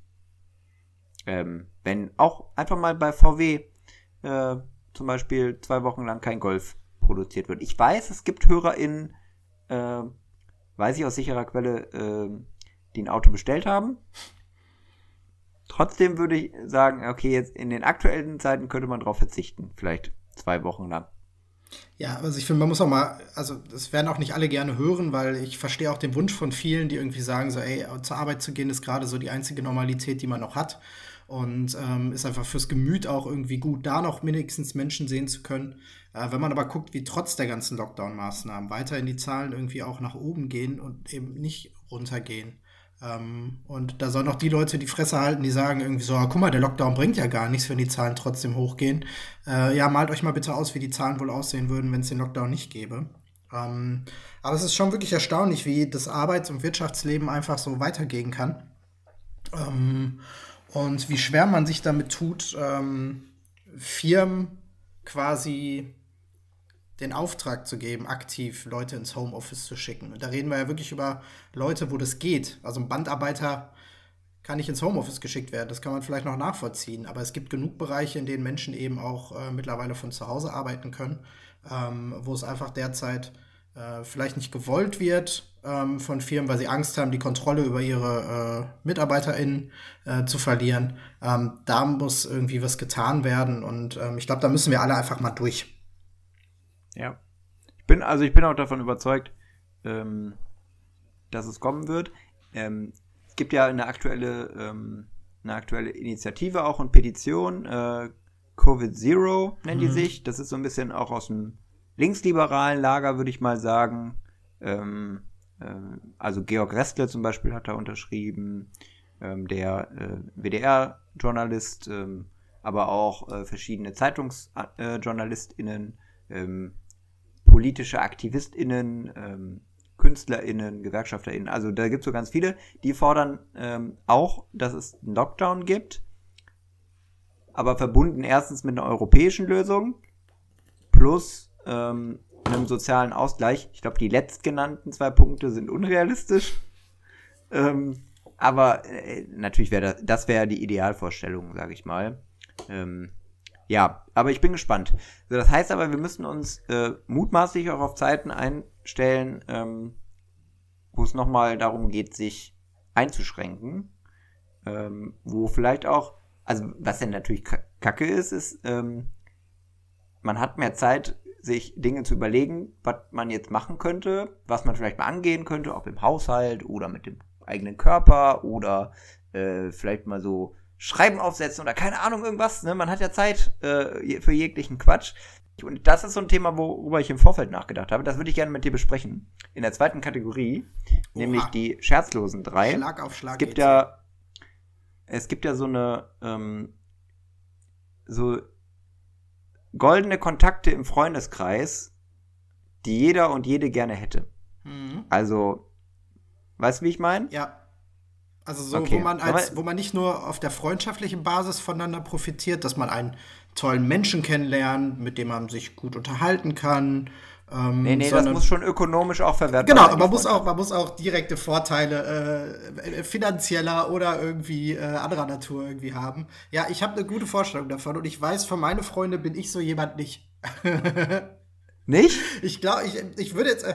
Ähm, wenn auch einfach mal bei V W äh, zum Beispiel zwei Wochen lang kein Golf produziert wird. Ich weiß, es gibt HörerInnen, äh, weiß ich aus sicherer Quelle, äh, die ein Auto bestellt haben. Trotzdem würde ich sagen, okay, jetzt in den aktuellen Zeiten könnte man darauf verzichten. Vielleicht zwei Wochen lang. Ja, also ich finde, man muss auch mal, also das werden auch nicht alle gerne hören, weil ich verstehe auch den Wunsch von vielen, die irgendwie sagen, so, ey, zur Arbeit zu gehen ist gerade so die einzige Normalität, die man noch hat. Und ähm, ist einfach fürs Gemüt auch irgendwie gut, da noch wenigstens Menschen sehen zu können. Äh, wenn man aber guckt, wie trotz der ganzen Lockdown-Maßnahmen weiterhin die Zahlen irgendwie auch nach oben gehen und eben nicht runtergehen. Ähm, und da sollen auch die Leute die Fresse halten, die sagen irgendwie so, ah, guck mal, der Lockdown bringt ja gar nichts, wenn die Zahlen trotzdem hochgehen. Äh, ja, malt euch mal bitte aus, wie die Zahlen wohl aussehen würden, wenn es den Lockdown nicht gäbe. Ähm, aber es ist schon wirklich erstaunlich, wie das Arbeits- und Wirtschaftsleben einfach so weitergehen kann. Ähm, und wie schwer man sich damit tut, ähm, Firmen quasi den Auftrag zu geben, aktiv Leute ins Homeoffice zu schicken. Und da reden wir ja wirklich über Leute, wo das geht. Also ein Bandarbeiter kann nicht ins Homeoffice geschickt werden. Das kann man vielleicht noch nachvollziehen. Aber es gibt genug Bereiche, in denen Menschen eben auch äh, mittlerweile von zu Hause arbeiten können, ähm, wo es einfach derzeit äh, vielleicht nicht gewollt wird ähm, von Firmen, weil sie Angst haben, die Kontrolle über ihre äh, MitarbeiterInnen äh, zu verlieren. Ähm, da muss irgendwie was getan werden. Und ähm, ich glaube, da müssen wir alle einfach mal durch. Ja. Ich bin, also ich bin auch davon überzeugt, ähm, dass es kommen wird. Ähm, es gibt ja eine aktuelle, ähm, eine aktuelle Initiative auch und Petition, äh, Covid Zero nennt die Mhm. sich. Das ist so ein bisschen auch aus dem linksliberalen Lager, würde ich mal sagen. Ähm, ähm, also Georg Restle zum Beispiel hat da unterschrieben, ähm, der äh, W D R-Journalist, ähm, aber auch äh, verschiedene ZeitungsjournalistInnen, ähm, politische AktivistInnen, ähm, KünstlerInnen, GewerkschafterInnen, also da gibt es so ganz viele, die fordern ähm, auch, dass es einen Lockdown gibt, aber verbunden erstens mit einer europäischen Lösung plus ähm, einem sozialen Ausgleich. Ich glaube, die letztgenannten zwei Punkte sind unrealistisch, ähm, aber äh, natürlich wäre das, das wäre die Idealvorstellung, sage ich mal. Ähm, ja, aber ich bin gespannt. So, das heißt aber, wir müssen uns äh, mutmaßlich auch auf Zeiten einstellen, ähm, wo es nochmal darum geht, sich einzuschränken. Ähm, wo vielleicht auch, also was denn natürlich kacke ist, ist, ähm, man hat mehr Zeit, sich Dinge zu überlegen, was man jetzt machen könnte, was man vielleicht mal angehen könnte, ob im Haushalt oder mit dem eigenen Körper oder äh, vielleicht mal so Schreiben aufsetzen oder keine Ahnung, irgendwas. Ne? Man hat ja Zeit äh, für jeglichen Quatsch. Und das ist so ein Thema, worüber ich im Vorfeld nachgedacht habe. Das würde ich gerne mit dir besprechen. In der zweiten Kategorie, Oha. nämlich die scherzlosen drei. Schlag auf Schlag. Es gibt ja, es gibt ja so eine ähm, so goldene Kontakte im Freundeskreis, die jeder und jede gerne hätte. Mhm. Also, weißt du, wie ich meine? Ja. Also so, okay. wo man als, wo man nicht nur auf der freundschaftlichen Basis voneinander profitiert, dass man einen tollen Menschen kennenlernt, mit dem man sich gut unterhalten kann. Ähm, nee, nee, sondern, das muss schon ökonomisch auch verwertbar genau, sein. Genau, man muss auch, man muss auch direkte Vorteile äh, finanzieller oder irgendwie äh, anderer Natur irgendwie haben. Ja, ich habe eine gute Vorstellung davon und ich weiß, für meine Freunde bin ich so jemand nicht. Nicht? Ich glaube, ich, ich würde jetzt... Äh,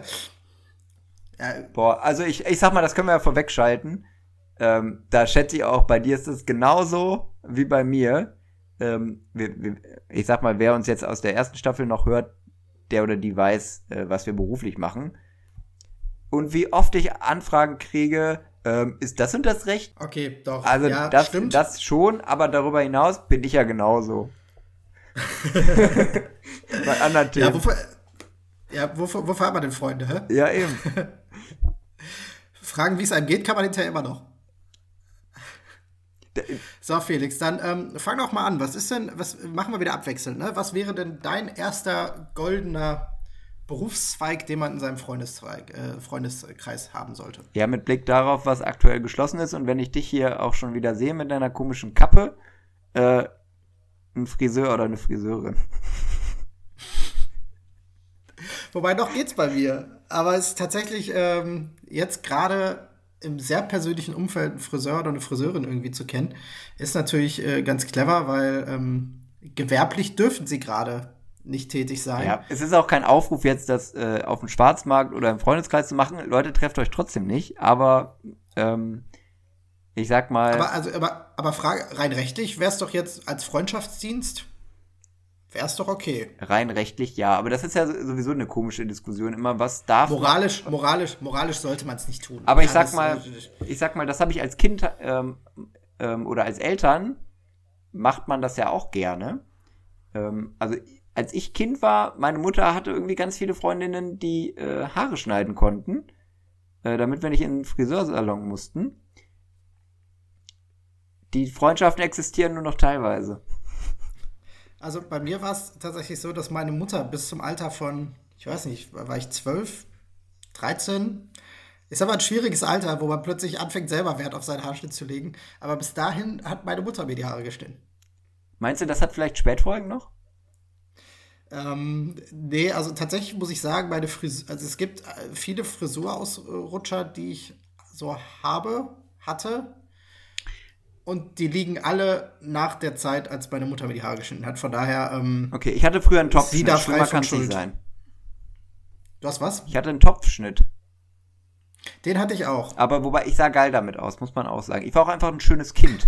äh, Boah, also ich, ich sag mal, das können wir ja vorwegschalten. Ähm, da schätze ich auch, bei dir ist es genauso wie bei mir. Ähm, wir, wir, ich sag mal, wer uns jetzt aus der ersten Staffel noch hört, der oder die weiß, äh, was wir beruflich machen. Und wie oft ich Anfragen kriege, ähm, ist das und das recht? Okay, doch. Also ja, das, stimmt. das schon, aber darüber hinaus bin ich ja genauso. Bei anderen Themen. Ja, wofür, ja, wofür, wofür hat man denn Freunde, hä? Ja, eben. Fragen, wie es einem geht, kann man hinterher immer noch. So, Felix, dann ähm, fang doch mal an. Was ist denn, was machen wir wieder abwechselnd, ne? Was wäre denn dein erster goldener Berufszweig, den man in seinem Freundeszweig, äh, Freundeskreis haben sollte? Ja, mit Blick darauf, was aktuell geschlossen ist und wenn ich dich hier auch schon wieder sehe mit deiner komischen Kappe, äh, ein Friseur oder eine Friseurin. Wobei, noch geht's bei mir. Aber es ist tatsächlich ähm, jetzt gerade im sehr persönlichen Umfeld einen Friseur oder eine Friseurin irgendwie zu kennen, ist natürlich äh, ganz clever, weil ähm, gewerblich dürfen sie gerade nicht tätig sein. Ja, es ist auch kein Aufruf jetzt, das äh, auf dem Schwarzmarkt oder im Freundeskreis zu machen. Leute, trefft euch trotzdem nicht, aber ähm, ich sag mal... Aber, also, aber, aber Frage, rein rechtlich wäre es doch jetzt als Freundschaftsdienst, wäre es doch okay. Rein rechtlich, ja, aber das ist ja sowieso eine komische Diskussion immer, was darf Moralisch, man, moralisch, moralisch sollte man es nicht tun. Aber ja, ich sag das, mal, ich sag mal, das habe ich als Kind ähm, ähm, oder als Eltern macht man das ja auch gerne. Ähm, also als ich Kind war, meine Mutter hatte irgendwie ganz viele Freundinnen, die äh, Haare schneiden konnten, äh, damit wir nicht in den Friseursalon mussten. Die Freundschaften existieren nur noch teilweise. Also bei mir war es tatsächlich so, dass meine Mutter bis zum Alter von, ich weiß nicht, war ich zwölf, dreizehn? Ist aber ein schwieriges Alter, wo man plötzlich anfängt, selber Wert auf seinen Haarschnitt zu legen. Aber bis dahin hat meine Mutter mir die Haare geschnitten. Meinst du, das hat vielleicht Spätfolgen noch? Ähm, nee, also tatsächlich muss ich sagen, meine Frisur, also es gibt viele Frisurausrutscher, die ich so habe, hatte. Und die liegen alle nach der Zeit, als meine Mutter mir die Haare geschnitten hat. Von daher, ähm, okay, ich hatte früher einen Topfschnitt. Sie da frei von kann's nicht Schuld. sein. Du hast was? Ich hatte einen Topfschnitt. Den hatte ich auch. Aber wobei, ich sah geil damit aus, muss man auch sagen. Ich war auch einfach ein schönes Kind.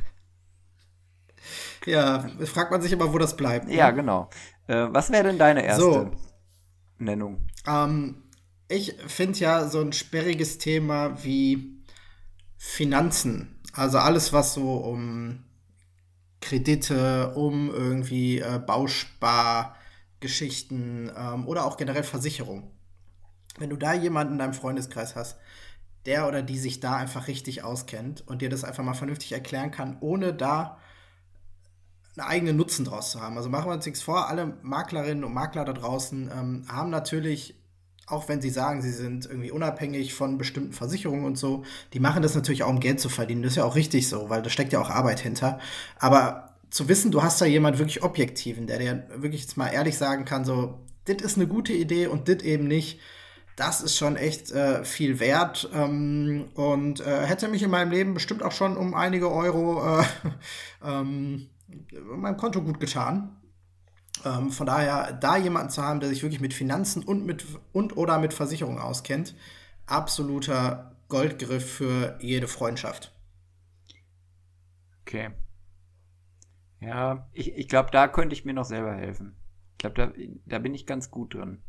Ja, fragt man sich immer, wo das bleibt. Ne? Ja, genau. Äh, was wäre denn deine erste so. Nennung? Ähm, ich finde ja so ein sperriges Thema wie Finanzen. Also alles, was so um Kredite, um irgendwie äh, Bauspargeschichten ähm, oder auch generell Versicherung. Wenn du da jemanden in deinem Freundeskreis hast, der oder die sich da einfach richtig auskennt und dir das einfach mal vernünftig erklären kann, ohne da einen eigenen Nutzen draus zu haben. Also machen wir uns nichts vor, alle Maklerinnen und Makler da draußen ähm, haben natürlich auch wenn sie sagen, sie sind irgendwie unabhängig von bestimmten Versicherungen und so, die machen das natürlich auch, um Geld zu verdienen. Das ist ja auch richtig so, weil da steckt ja auch Arbeit hinter. Aber zu wissen, du hast da jemand wirklich Objektiven, der dir wirklich jetzt mal ehrlich sagen kann, so, das ist eine gute Idee und das eben nicht, das ist schon echt äh, viel wert ähm, und äh, hätte mich in meinem Leben bestimmt auch schon um einige Euro äh, ähm, meinem Konto gut getan. Ähm, von daher, da jemanden zu haben, der sich wirklich mit Finanzen und mit und oder mit Versicherungen auskennt, absoluter Goldgriff für jede Freundschaft. Okay. Ja, ich, ich glaube, da könnte ich mir noch selber helfen. Ich glaube, da, da bin ich ganz gut drin.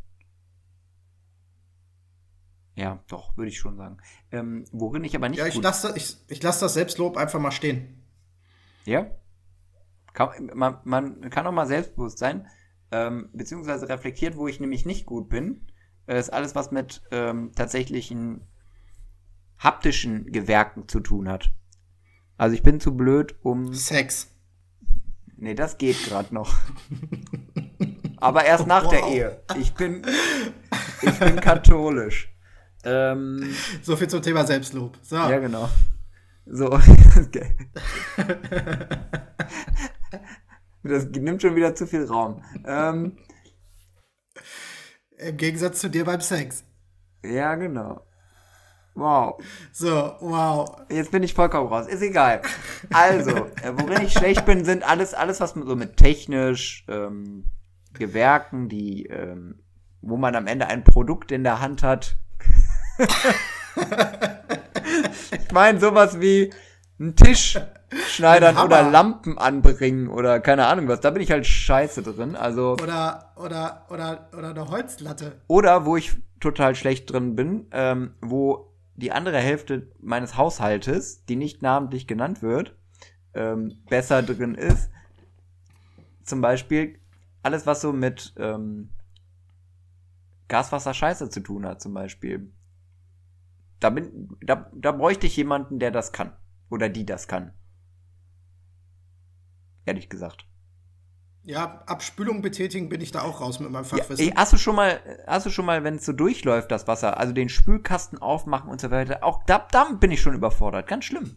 Ja, doch, würde ich schon sagen. Ähm, worin ich aber nicht Ja, ich gut... lasse ich, ich lass das Selbstlob einfach mal stehen. Ja? Kann, man, man kann auch mal selbstbewusst sein, ähm, beziehungsweise reflektiert, wo ich nämlich nicht gut bin, äh, ist alles, was mit ähm, tatsächlichen haptischen Gewerken zu tun hat. Also ich bin zu blöd, um... Sex. Nee, das geht gerade noch. Aber erst nach Wow. der Ehe. Ich bin, ich bin katholisch. Ähm, So viel zum Thema Selbstlob. So. ja, genau. So. Okay. Das nimmt schon wieder zu viel Raum. Ähm, Im Gegensatz zu dir beim Sex. ja, genau. Wow. So, wow. Jetzt bin ich vollkommen raus. Ist egal. Also, äh, worin ich schlecht bin, sind alles, alles was so mit technisch, ähm, Gewerken, die, ähm, wo man am Ende ein Produkt in der Hand hat. Ich meine, sowas wie einen Tisch schneidern Ein oder Hammer. Lampen anbringen oder keine Ahnung was. Da bin ich halt scheiße drin. Also, Oder, oder, oder, oder eine Holzlatte. oder wo ich total schlecht drin bin, ähm, wo die andere Hälfte meines Haushaltes, die nicht namentlich genannt wird, ähm, besser drin ist. Zum Beispiel alles, was so mit ähm, Gaswasser Scheiße zu tun hat, zum Beispiel. Da, bin, da, da bräuchte ich jemanden, der das kann. Oder die das kann. Ehrlich gesagt. Ja, Abspülung betätigen bin ich da auch raus mit meinem Ja, Fachwissen. ey, hast du schon mal, hast du schon mal, wenn es so durchläuft, das Wasser, also den Spülkasten aufmachen und so weiter, auch da, damit bin ich schon überfordert. Ganz schlimm.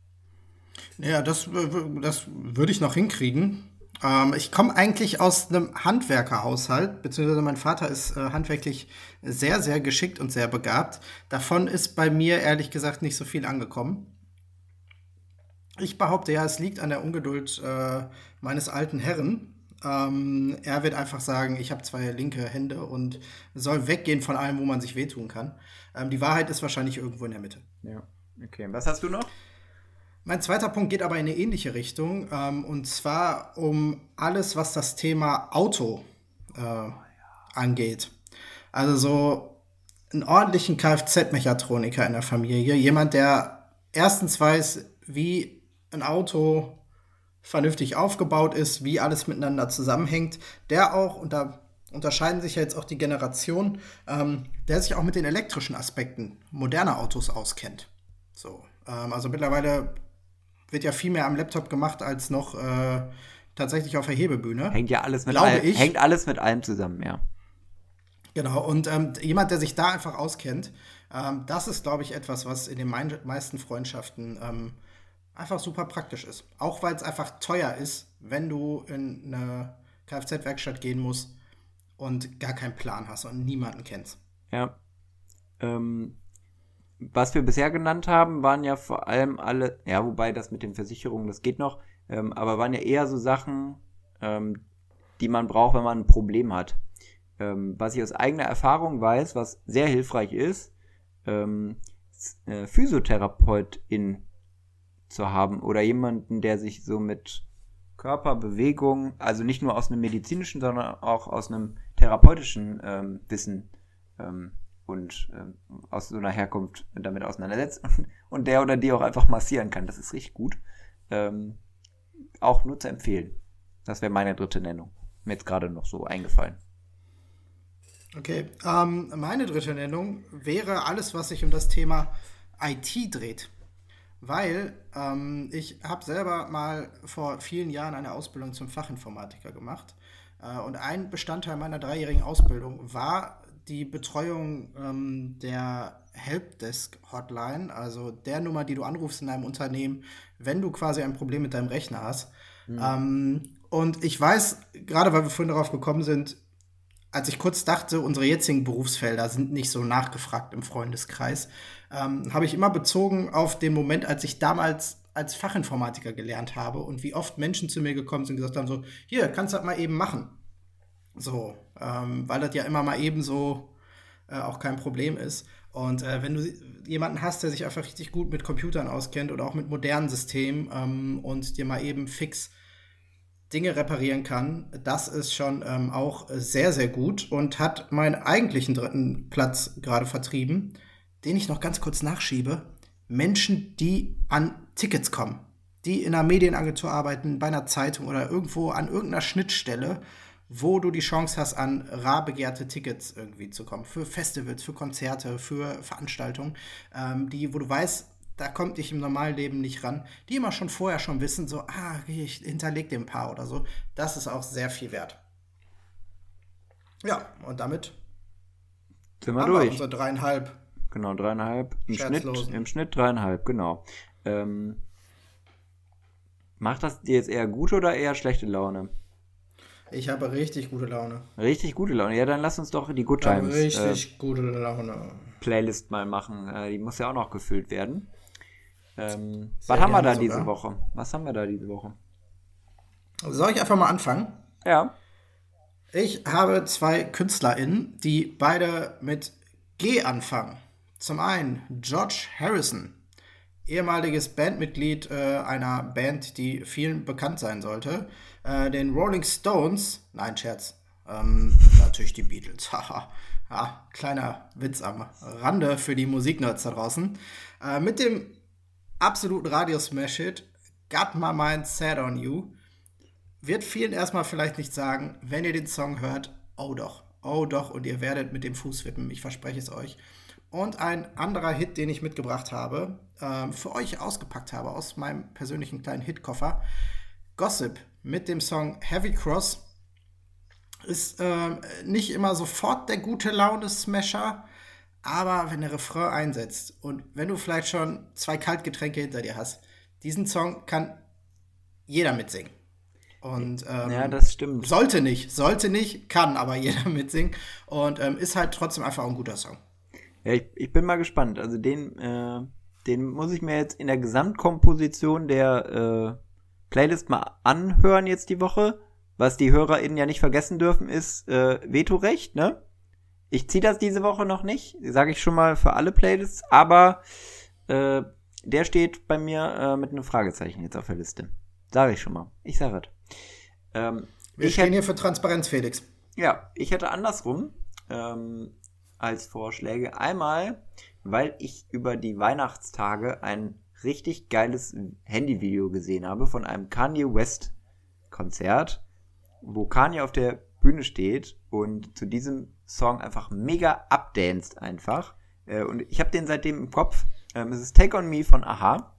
Ja, das, äh, das würde ich noch hinkriegen. Ähm, ich komme eigentlich aus einem Handwerkerhaushalt, beziehungsweise mein Vater ist äh, handwerklich sehr, sehr geschickt und sehr begabt. Davon ist bei mir ehrlich gesagt nicht so viel angekommen. Ich behaupte ja, es liegt an der Ungeduld äh, meines alten Herren. Ähm, er wird einfach sagen, ich habe zwei linke Hände und soll weggehen von allem, wo man sich wehtun kann. Ähm, die Wahrheit ist wahrscheinlich irgendwo in der Mitte. Ja, okay. Was hast du noch? Mein zweiter Punkt geht aber in eine ähnliche Richtung, ähm, und zwar um alles, was das Thema Auto äh, angeht. Also so einen ordentlichen Kfz-Mechatroniker in der Familie, jemand, der erstens weiß, wie ein Auto vernünftig aufgebaut ist, wie alles miteinander zusammenhängt, der auch, und da unterscheiden sich ja jetzt auch die Generationen, ähm, der sich auch mit den elektrischen Aspekten moderner Autos auskennt. So, ähm, also mittlerweile wird ja viel mehr am Laptop gemacht als noch äh, tatsächlich auf der Hebebühne. Hängt ja alles mit Glaube allem, ich. hängt alles mit allem zusammen, ja. Genau, und ähm, jemand, der sich da einfach auskennt, ähm, das ist, glaube ich, etwas, was in den mein- meisten Freundschaften ähm, einfach super praktisch ist. Auch weil es einfach teuer ist, wenn du in eine Kfz-Werkstatt gehen musst und gar keinen Plan hast und niemanden kennst. Ja. Ähm, was wir bisher genannt haben, waren ja vor allem alle, ja, wobei das mit den Versicherungen, das geht noch, ähm, aber waren ja eher so Sachen, ähm, die man braucht, wenn man ein Problem hat. Ähm, was ich aus eigener Erfahrung weiß, was sehr hilfreich ist, ähm, äh, Physiotherapeutin zu haben oder jemanden, der sich so mit Körperbewegung, also nicht nur aus einem medizinischen, sondern auch aus einem therapeutischen ähm, Wissen ähm, und ähm, aus so einer Herkunft damit auseinandersetzt und, und der oder die auch einfach massieren kann. Das ist richtig gut. Ähm, auch nur zu empfehlen. Das wäre meine dritte Nennung. Mir jetzt gerade noch so eingefallen. Okay, ähm, meine dritte Nennung wäre alles, was sich um das Thema I T dreht. Weil ähm, ich habe selber mal vor vielen Jahren eine Ausbildung zum Fachinformatiker gemacht. Äh, und ein Bestandteil meiner dreijährigen Ausbildung war die Betreuung ähm, der Helpdesk-Hotline, also der Nummer, die du anrufst in deinem Unternehmen, wenn du quasi ein Problem mit deinem Rechner hast. Mhm. Ähm, und ich weiß, gerade weil wir vorhin darauf gekommen sind, als ich kurz dachte, unsere jetzigen Berufsfelder sind nicht so nachgefragt im Freundeskreis, ähm, habe ich immer bezogen auf den Moment, als ich damals als Fachinformatiker gelernt habe und wie oft Menschen zu mir gekommen sind und gesagt haben so, hier, kannst du das mal eben machen. So, ähm, weil das ja immer mal eben so äh, auch kein Problem ist. Und äh, wenn du jemanden hast, der sich einfach richtig gut mit Computern auskennt oder auch mit modernen Systemen ähm, und dir mal eben fix Dinge reparieren kann, das ist schon ähm, auch sehr, sehr gut und hat meinen eigentlichen dritten Platz gerade vertrieben, den ich noch ganz kurz nachschiebe. Menschen, die an Tickets kommen, die in einer Medienagentur arbeiten, bei einer Zeitung oder irgendwo an irgendeiner Schnittstelle, wo du die Chance hast, an rar begehrte Tickets irgendwie zu kommen. Für Festivals, für Konzerte, für Veranstaltungen, ähm, die, wo du weißt, da kommt dich im normalen Leben nicht ran, die immer schon vorher schon wissen, so, ah, ich hinterleg dir ein paar oder so. Das ist auch sehr viel wert. Ja, und damit sind wir haben durch. Wir unsere dreieinhalb. Genau, dreieinhalb. Im Schnitt, Im Schnitt dreieinhalb, genau. Ähm, macht das dir jetzt eher gute oder eher schlechte Laune? Ich habe richtig gute Laune. Richtig gute Laune. Ja, dann lass uns doch die Good Times richtig äh, gute Laune. Playlist mal machen. Äh, die muss ja auch noch gefüllt werden. Ähm, was haben wir da sogar diese Woche? Was haben wir da diese Woche? Soll ich einfach mal anfangen? Ja. Ich habe zwei KünstlerInnen, die beide mit G anfangen. Zum einen George Harrison, ehemaliges Bandmitglied äh, einer Band, die vielen bekannt sein sollte. Äh, den Rolling Stones, nein, Scherz, ähm, natürlich die Beatles, haha. Ja, kleiner Witz am Rande für die Musiknerds da draußen. Äh, mit dem absoluten Radio-Smash-Hit Got My Mind Set on You wird vielen erstmal vielleicht nicht sagen, wenn ihr den Song hört, oh doch, oh doch, und ihr werdet mit dem Fuß wippen, ich verspreche es euch. Und ein anderer Hit, den ich mitgebracht habe, äh, für euch ausgepackt habe aus meinem persönlichen kleinen Hitkoffer, Gossip mit dem Song Heavy Cross, ist äh, nicht immer sofort der gute Laune-Smasher, aber wenn der Refrain einsetzt und wenn du vielleicht schon zwei Kaltgetränke hinter dir hast, diesen Song kann jeder mitsingen. Und ähm, ja, das stimmt. Sollte nicht, sollte nicht, kann aber jeder mitsingen und ähm, ist halt trotzdem einfach ein guter Song. Ja, ich, ich bin mal gespannt. Also den, äh, den muss ich mir jetzt in der Gesamtkomposition der äh, Playlist mal anhören jetzt die Woche. Was die HörerInnen ja nicht vergessen dürfen, ist äh, Vetorecht, ne? Ich ziehe das diese Woche noch nicht, sage ich schon mal für alle Playlists, aber äh, der steht bei mir äh, mit einem Fragezeichen jetzt auf der Liste. Sage ich schon mal. Ich sage es. Ähm, Wir ich stehen hätt, hier für Transparenz, Felix. Ja, ich hätte andersrum ähm, als Vorschläge. Einmal, weil ich über die Weihnachtstage ein richtig geiles Handyvideo gesehen habe von einem Kanye West Konzert, wo Kanye auf der Bühne steht und zu diesem Song einfach mega updanced einfach. Äh, und ich habe den seitdem im Kopf. Ähm, es ist Take On Me von A-ha.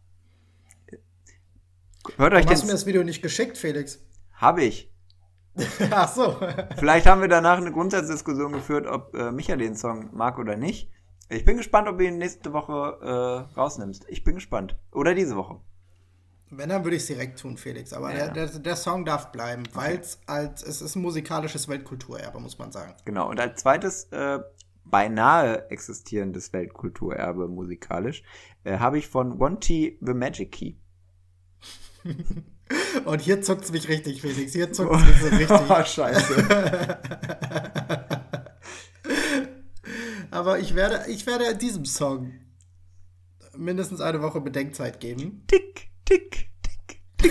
Hört euch Warum den... hast du mir das Video nicht geschickt, Felix? Habe ich. Ach so. Vielleicht haben wir danach eine Grundsatzdiskussion geführt, ob äh, Micha den Song mag oder nicht. Ich bin gespannt, ob du ihn nächste Woche äh, rausnimmst. Ich bin gespannt. Oder diese Woche. Wenn, dann würde ich es direkt tun, Felix. Aber ja. der, der, der Song darf bleiben, okay. Weil als, es ist ein musikalisches Weltkulturerbe, muss man sagen. Genau. Und als zweites äh, beinahe existierendes Weltkulturerbe musikalisch äh, habe ich von One T The Magic Key. Und hier zuckt es mich richtig, Felix. Hier zuckt es mich so richtig. Oh, scheiße. Aber ich werde, ich werde diesem Song mindestens eine Woche Bedenkzeit geben. Tick, tick, tick, tick.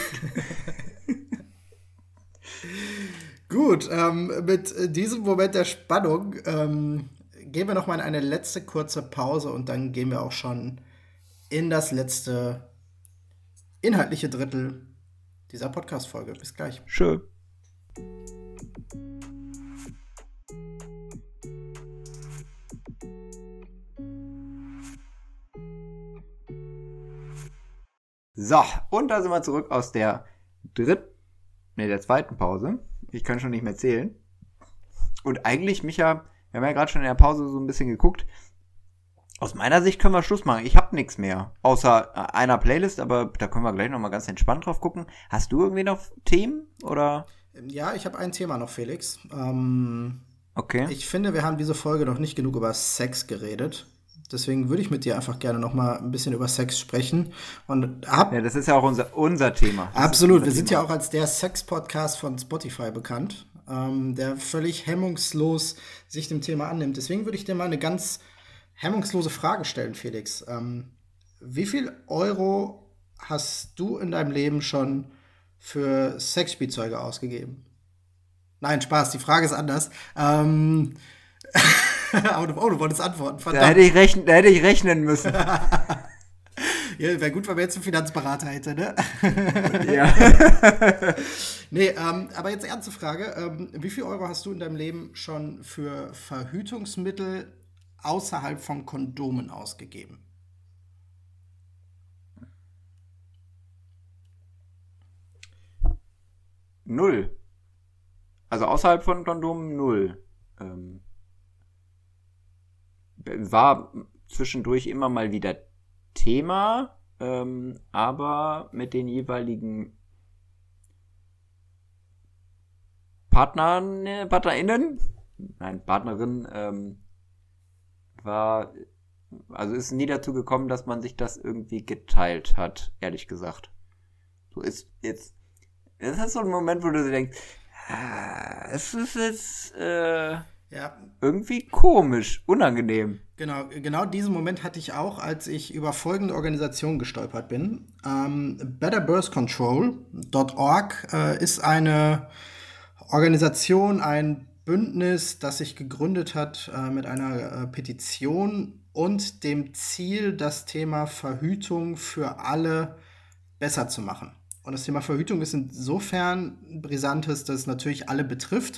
Gut, ähm, mit diesem Moment der Spannung ähm, gehen wir noch mal in eine letzte kurze Pause und dann gehen wir auch schon in das letzte inhaltliche Drittel dieser Podcast-Folge. Bis gleich. Schön. So, und da sind wir zurück aus der dritten, ne, der zweiten Pause. Ich kann schon nicht mehr zählen. Und eigentlich, Micha, wir Wir haben ja gerade schon in der Pause so ein bisschen geguckt. Aus meiner Sicht können wir Schluss machen. Ich habe nichts mehr. Außer einer Playlist, aber da können wir gleich nochmal ganz entspannt drauf gucken. Hast du irgendwie noch Themen? Oder? Ja, ich habe ein Thema noch, Felix. Ähm, okay. Ich finde, wir haben diese Folge noch nicht genug über Sex geredet. Deswegen würde ich mit dir einfach gerne noch mal ein bisschen über Sex sprechen. Und hab ja, das ist ja auch unser, unser Thema. Das absolut. Unser wir sind Thema. ja auch als der Sex-Podcast von Spotify bekannt, ähm, der völlig hemmungslos sich dem Thema annimmt. Deswegen würde ich dir mal eine ganz hemmungslose Frage stellen, Felix. Ähm, wie viel Euro hast du in deinem Leben schon für Sexspielzeuge ausgegeben? Nein, Spaß, die Frage ist anders. Ähm, oh, du, oh, du wolltest antworten, verdammt. Da hätte ich rechnen, da hätte ich rechnen müssen. Ja, wäre gut, wenn man jetzt einen Finanzberater hätte, ne? Ja. Nee, ähm, aber jetzt ernste Frage. Ähm, wie viel Euro hast du in deinem Leben schon für Verhütungsmittel außerhalb von Kondomen ausgegeben? Null. Also außerhalb von Kondomen null. Ähm, war zwischendurch immer mal wieder Thema, ähm, aber mit den jeweiligen Partnern, äh, PartnerInnen, nein, Partnerin, ähm, war, also ist nie dazu gekommen, dass man sich das irgendwie geteilt hat, ehrlich gesagt. So ist jetzt, das ist so ein Moment, wo du dir denkst, ah, es ist jetzt, äh, Ja, irgendwie komisch, unangenehm. genau, genau diesen Moment hatte ich auch, als ich über folgende Organisation gestolpert bin. Ähm, Better Birth Control Punkt org äh, ist eine Organisation, ein Bündnis, das sich gegründet hat äh, mit einer äh, Petition und dem Ziel, das Thema Verhütung für alle besser zu machen. Und das Thema Verhütung ist insofern ein brisantes, dass es natürlich alle betrifft.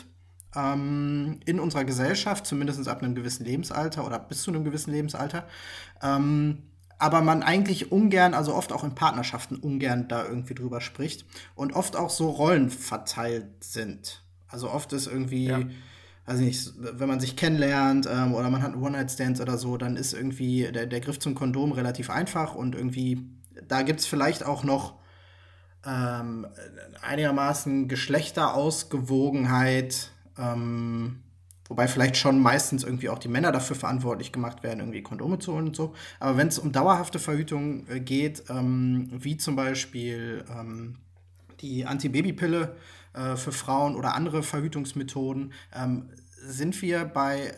Ähm, in unserer Gesellschaft, zumindest ab einem gewissen Lebensalter oder bis zu einem gewissen Lebensalter. Ähm, aber man eigentlich ungern, also oft auch in Partnerschaften ungern da irgendwie drüber spricht und oft auch so Rollen verteilt sind. Also oft ist irgendwie, Ja. weiß nicht, wenn man sich kennenlernt ähm, oder man hat einen One-Night-Stand oder so, dann ist irgendwie der, der Griff zum Kondom relativ einfach und irgendwie, da gibt es vielleicht auch noch ähm, einigermaßen Geschlechterausgewogenheit, ähm, wobei vielleicht schon meistens irgendwie auch die Männer dafür verantwortlich gemacht werden, irgendwie Kondome zu holen und so. Aber wenn es um dauerhafte Verhütung äh, geht, ähm, wie zum Beispiel ähm, die Antibabypille äh, für Frauen oder andere Verhütungsmethoden, ähm, sind wir bei äh,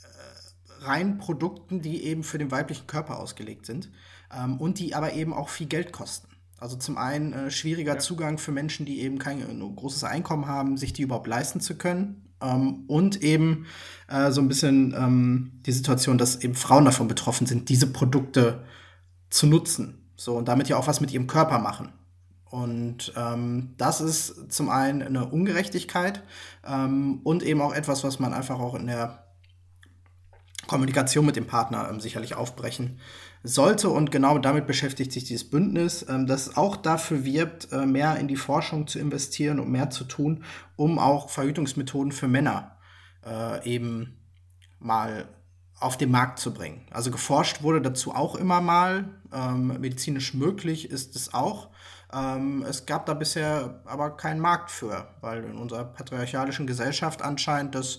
rein Produkten, die eben für den weiblichen Körper ausgelegt sind ähm, und die aber eben auch viel Geld kosten. Also zum einen äh, schwieriger Ja. Zugang für Menschen, die eben kein äh, großes Einkommen haben, sich die überhaupt leisten zu können. Ähm, und eben äh, so ein bisschen ähm, die Situation, dass eben Frauen davon betroffen sind, diese Produkte zu nutzen. So, und damit ja auch was mit ihrem Körper machen. Und ähm, das ist zum einen eine Ungerechtigkeit ähm, und eben auch etwas, was man einfach auch in der Kommunikation mit dem Partner ähm, sicherlich aufbrechen sollte. Und genau damit beschäftigt sich dieses Bündnis, ähm, das auch dafür wirbt, äh, mehr in die Forschung zu investieren und mehr zu tun, um auch Verhütungsmethoden für Männer äh, eben mal auf den Markt zu bringen. Also geforscht wurde dazu auch immer mal. Ähm, medizinisch möglich ist es auch. Ähm, es gab da bisher aber keinen Markt für, weil in unserer patriarchalischen Gesellschaft anscheinend das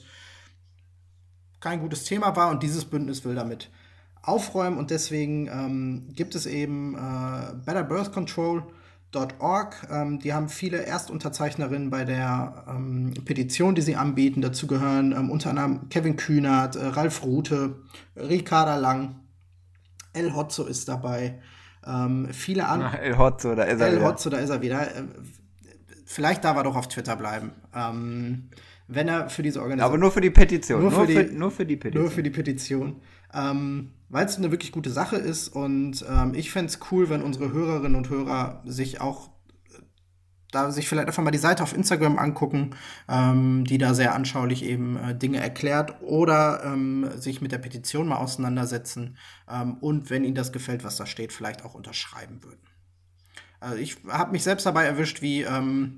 kein gutes Thema war und dieses Bündnis will damit aufräumen und deswegen ähm, gibt es eben äh, Better Birth Control Punkt org. Ähm, die haben viele Erstunterzeichnerinnen bei der ähm, Petition, die sie anbieten. Dazu gehören ähm, unter anderem Kevin Kühnert, äh, Ralf Rute, Ricarda Lang, El Hotzo ist dabei. Ähm, viele andere. El Hotzo, da ist er El wieder. Hotzo, da ist er wieder. Äh, vielleicht darf er doch auf Twitter bleiben. Ähm, wenn er für diese Organisation. Aber nur für die Petition. Nur Nur, für für, die- nur für die Petition. Nur für die Petition. Ähm, weil es eine wirklich gute Sache ist und ähm, ich fände es cool, wenn unsere Hörerinnen und Hörer sich auch äh, da sich vielleicht einfach mal die Seite auf Instagram angucken, ähm, die da sehr anschaulich eben äh, Dinge erklärt oder ähm, sich mit der Petition mal auseinandersetzen ähm, und wenn ihnen das gefällt, was da steht, vielleicht auch unterschreiben würden. Also ich habe mich selbst dabei erwischt, wie ähm,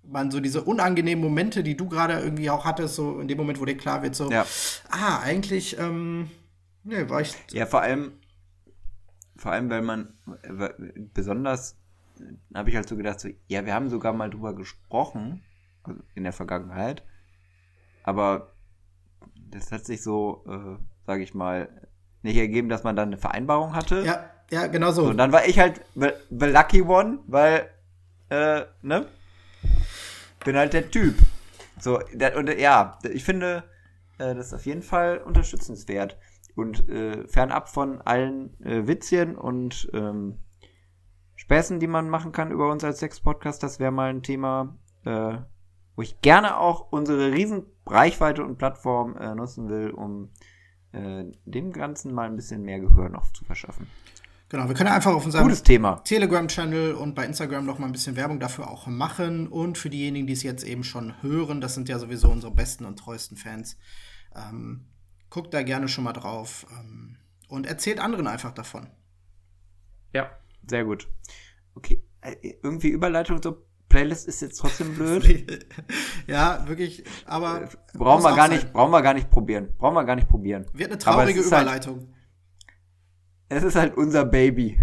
man so diese unangenehmen Momente, die du gerade irgendwie auch hattest, so in dem Moment, wo dir klar wird, so, Ja. ah, eigentlich, ähm, ne, war ich. Ja, vor allem, vor allem, weil man äh, besonders, äh, habe ich halt so gedacht, so, ja, wir haben sogar mal drüber gesprochen, also in der Vergangenheit, aber das hat sich so, äh, sage ich mal, nicht ergeben, dass man dann eine Vereinbarung hatte. Ja, ja, genau so. So, und dann war ich halt the, the lucky one, weil, äh, ne? Bin halt der Typ. So, der, und ja, ich finde, äh, das ist auf jeden Fall unterstützenswert. Und äh, fernab von allen äh, Witzchen und ähm, Späßen, die man machen kann über uns als Sex-Podcast, das wäre mal ein Thema, äh, wo ich gerne auch unsere riesen Reichweite und Plattform äh, nutzen will, um äh, dem Ganzen mal ein bisschen mehr Gehör noch zu verschaffen. Genau, wir können einfach auf unserem Gutes Thema. Telegram-Channel und bei Instagram noch mal ein bisschen Werbung dafür auch machen. Und für diejenigen, die es jetzt eben schon hören, das sind ja sowieso unsere besten und treuesten Fans, ähm, guckt da gerne schon mal drauf ähm, und erzählt anderen einfach davon. Ja, sehr gut. Okay, irgendwie Überleitung zur Playlist ist jetzt trotzdem blöd. Ja, wirklich, aber brauchen wir gar nicht, brauchen wir gar nicht probieren. Brauchen wir gar nicht probieren. Wird eine traurige es Überleitung. Halt, es ist halt unser Baby.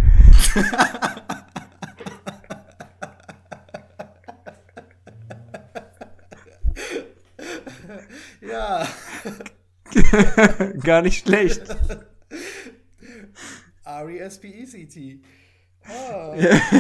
Ja. Gar nicht schlecht. R E S P E C T. Oh.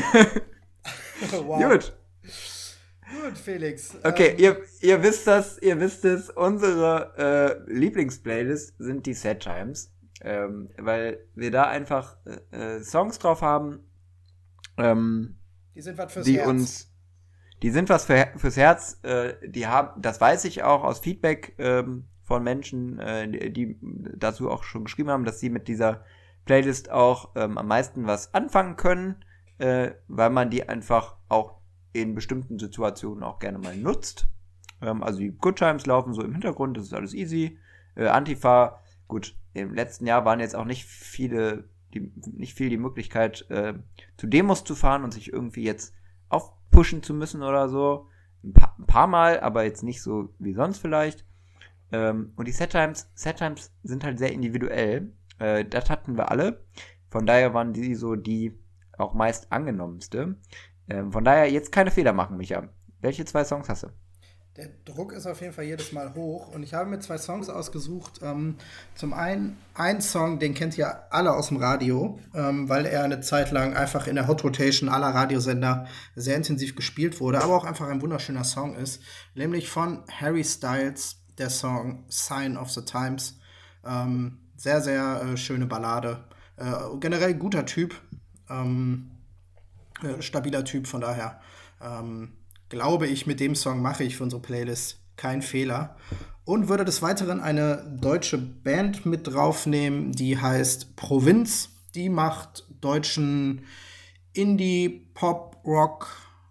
Wow. Gut. Gut, Felix. Okay, ähm, ihr, ihr wisst das, ihr wisst es, unsere äh, Lieblingsplaylist sind die Sad Times, ähm, weil wir da einfach äh, Songs drauf haben, ähm, die sind was fürs die Herz. uns, die sind was für, fürs Herz, äh, die haben, das weiß ich auch aus Feedback ähm, von Menschen, äh, die, die dazu auch schon geschrieben haben, dass sie mit dieser Playlist auch ähm, am meisten was anfangen können, äh, weil man die einfach auch in bestimmten Situationen auch gerne mal nutzt. Ähm, also die Good Times laufen so im Hintergrund, das ist alles easy. Äh, Antifa, gut, im letzten Jahr waren jetzt auch nicht viele, die, nicht viel die Möglichkeit, äh, zu Demos zu fahren und sich irgendwie jetzt aufpushen zu müssen oder so. Ein paar, ein paar Mal, aber jetzt nicht so wie sonst vielleicht. Ähm, und die Sad Times, Sad Times sind halt sehr individuell. Äh, das hatten wir alle. Von daher waren die so die auch meist angenommenste. Ähm, von daher jetzt keine Fehler machen, Micha. Welche zwei Songs hast du? Der Druck ist auf jeden Fall jedes Mal hoch und ich habe mir zwei Songs ausgesucht. Ähm, zum einen ein Song, den kennt ihr alle aus dem Radio, ähm, weil er eine Zeit lang einfach in der Hot Rotation aller Radiosender sehr intensiv gespielt wurde, aber auch einfach ein wunderschöner Song ist, nämlich von Harry Styles, der Song Sign of the Times. Ähm, sehr, sehr äh, schöne Ballade. Äh, generell guter Typ. Ähm, äh, stabiler Typ, von daher ähm, glaube ich, mit dem Song mache ich für unsere Playlist keinen Fehler. Und würde des Weiteren eine deutsche Band mit draufnehmen, die heißt Provinz. Die macht deutschen Indie, Pop, Rock.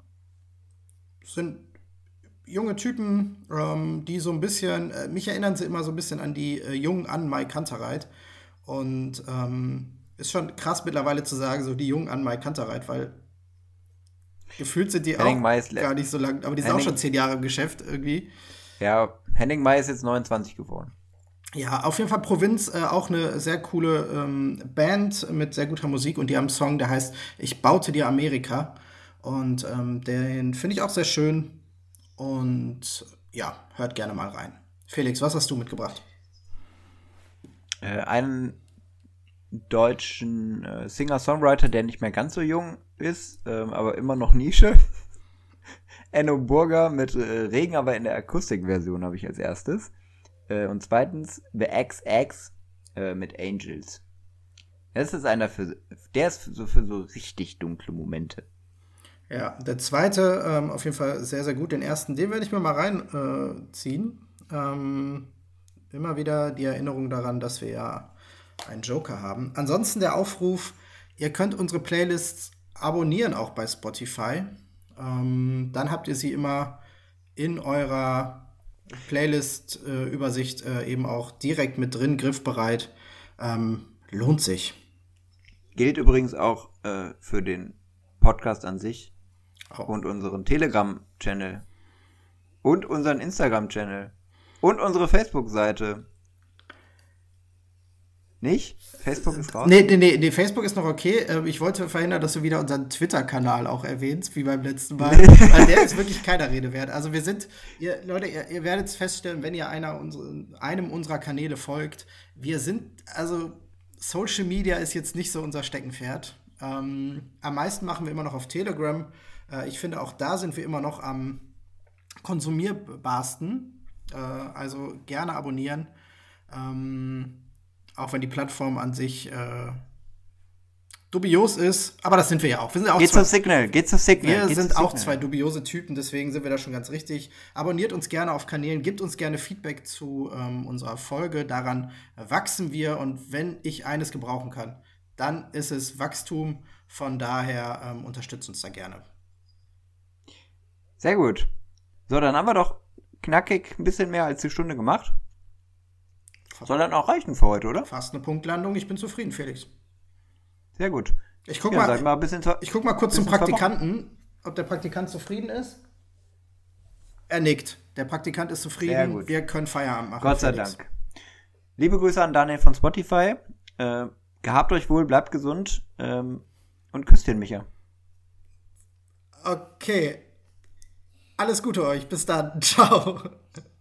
Sind junge Typen, ähm, die so ein bisschen, äh, mich erinnern sie immer so ein bisschen an die äh, Jungen an Mai Kantereit. Und ähm, ist schon krass mittlerweile zu sagen, so die Jungen an Mai Kantereit, weil gefühlt sind die Henning auch Mais gar nicht so lang, aber die sind Henning, auch schon zehn Jahre im Geschäft irgendwie. Ja, Henning Mai ist jetzt neunundzwanzig geworden. Ja, auf jeden Fall Provinz, äh, auch eine sehr coole ähm, Band mit sehr guter Musik und die haben einen Song, der heißt Ich baute dir Amerika und ähm, den finde ich auch sehr schön und ja, hört gerne mal rein. Felix, was hast du mitgebracht? Äh, einen deutschen äh, Singer-Songwriter, der nicht mehr ganz so jung ist, ähm, aber immer noch Nische. Enno Burger mit äh, Regen, aber in der Akustikversion habe ich als erstes. Äh, und zweitens The X X äh, mit Angels. Das ist einer für, der ist für so, für so richtig dunkle Momente. Ja, der zweite ähm, auf jeden Fall sehr, sehr gut. Den ersten, den werde ich mir mal reinziehen. Äh, ähm, immer wieder die Erinnerung daran, dass wir ja einen Joker haben. Ansonsten der Aufruf, ihr könnt unsere Playlists abonnieren, auch bei Spotify. Ähm, dann habt ihr sie immer in eurer Playlist-Übersicht äh, äh, eben auch direkt mit drin, griffbereit. Ähm, lohnt sich. Gilt übrigens auch äh, für den Podcast an sich oh. und unseren Telegram-Channel Und unseren Instagram-Channel. Und unsere Facebook-Seite. Nicht? Facebook ist raus? Nee, nee, nee, nee, Facebook ist noch okay. Ähm, Ich wollte verhindern, dass du wieder unseren Twitter-Kanal auch erwähnst, wie beim letzten Mal. Weil der ist wirklich keiner Rede wert. Also wir sind, ihr, Leute, ihr, ihr werdet es feststellen, wenn ihr einer unsere, einem unserer Kanäle folgt, wir sind, also Social Media ist jetzt nicht so unser Steckenpferd. Ähm, am meisten machen wir immer noch auf Telegram. Äh, ich finde, auch da sind wir immer noch am konsumierbarsten. Äh, also gerne abonnieren. Ähm, Auch wenn die Plattform an sich äh, dubios ist. Aber das sind wir ja auch. Wir sind auch Geht zwei, zu Signal, geht zu Signal. wir geht sind zu auch Signal. zwei dubiose Typen, deswegen sind wir da schon ganz richtig. Abonniert uns gerne auf Kanälen, gebt uns gerne Feedback zu ähm, unserer Folge. Daran wachsen wir. Und wenn ich eines gebrauchen kann, dann ist es Wachstum. Von daher ähm, unterstützt uns da gerne. Sehr gut. So, dann haben wir doch knackig ein bisschen mehr als die Stunde gemacht. Soll dann auch reichen für heute, oder? Fast eine Punktlandung. Ich bin zufrieden, Felix. Sehr gut. Ich guck, Ja, mal, seid mal ein bisschen zu, ich guck mal kurz zum bisschen Praktikanten, ob der Praktikant zufrieden ist. Er nickt. Der Praktikant ist Sehr zufrieden. gut. Wir können Feierabend machen. Gott sei Felix. Dank. Liebe Grüße an Daniel von Spotify. Äh, gehabt euch wohl, bleibt gesund ähm, und küsst den Micha. Okay. Alles Gute euch. Bis dann. Ciao.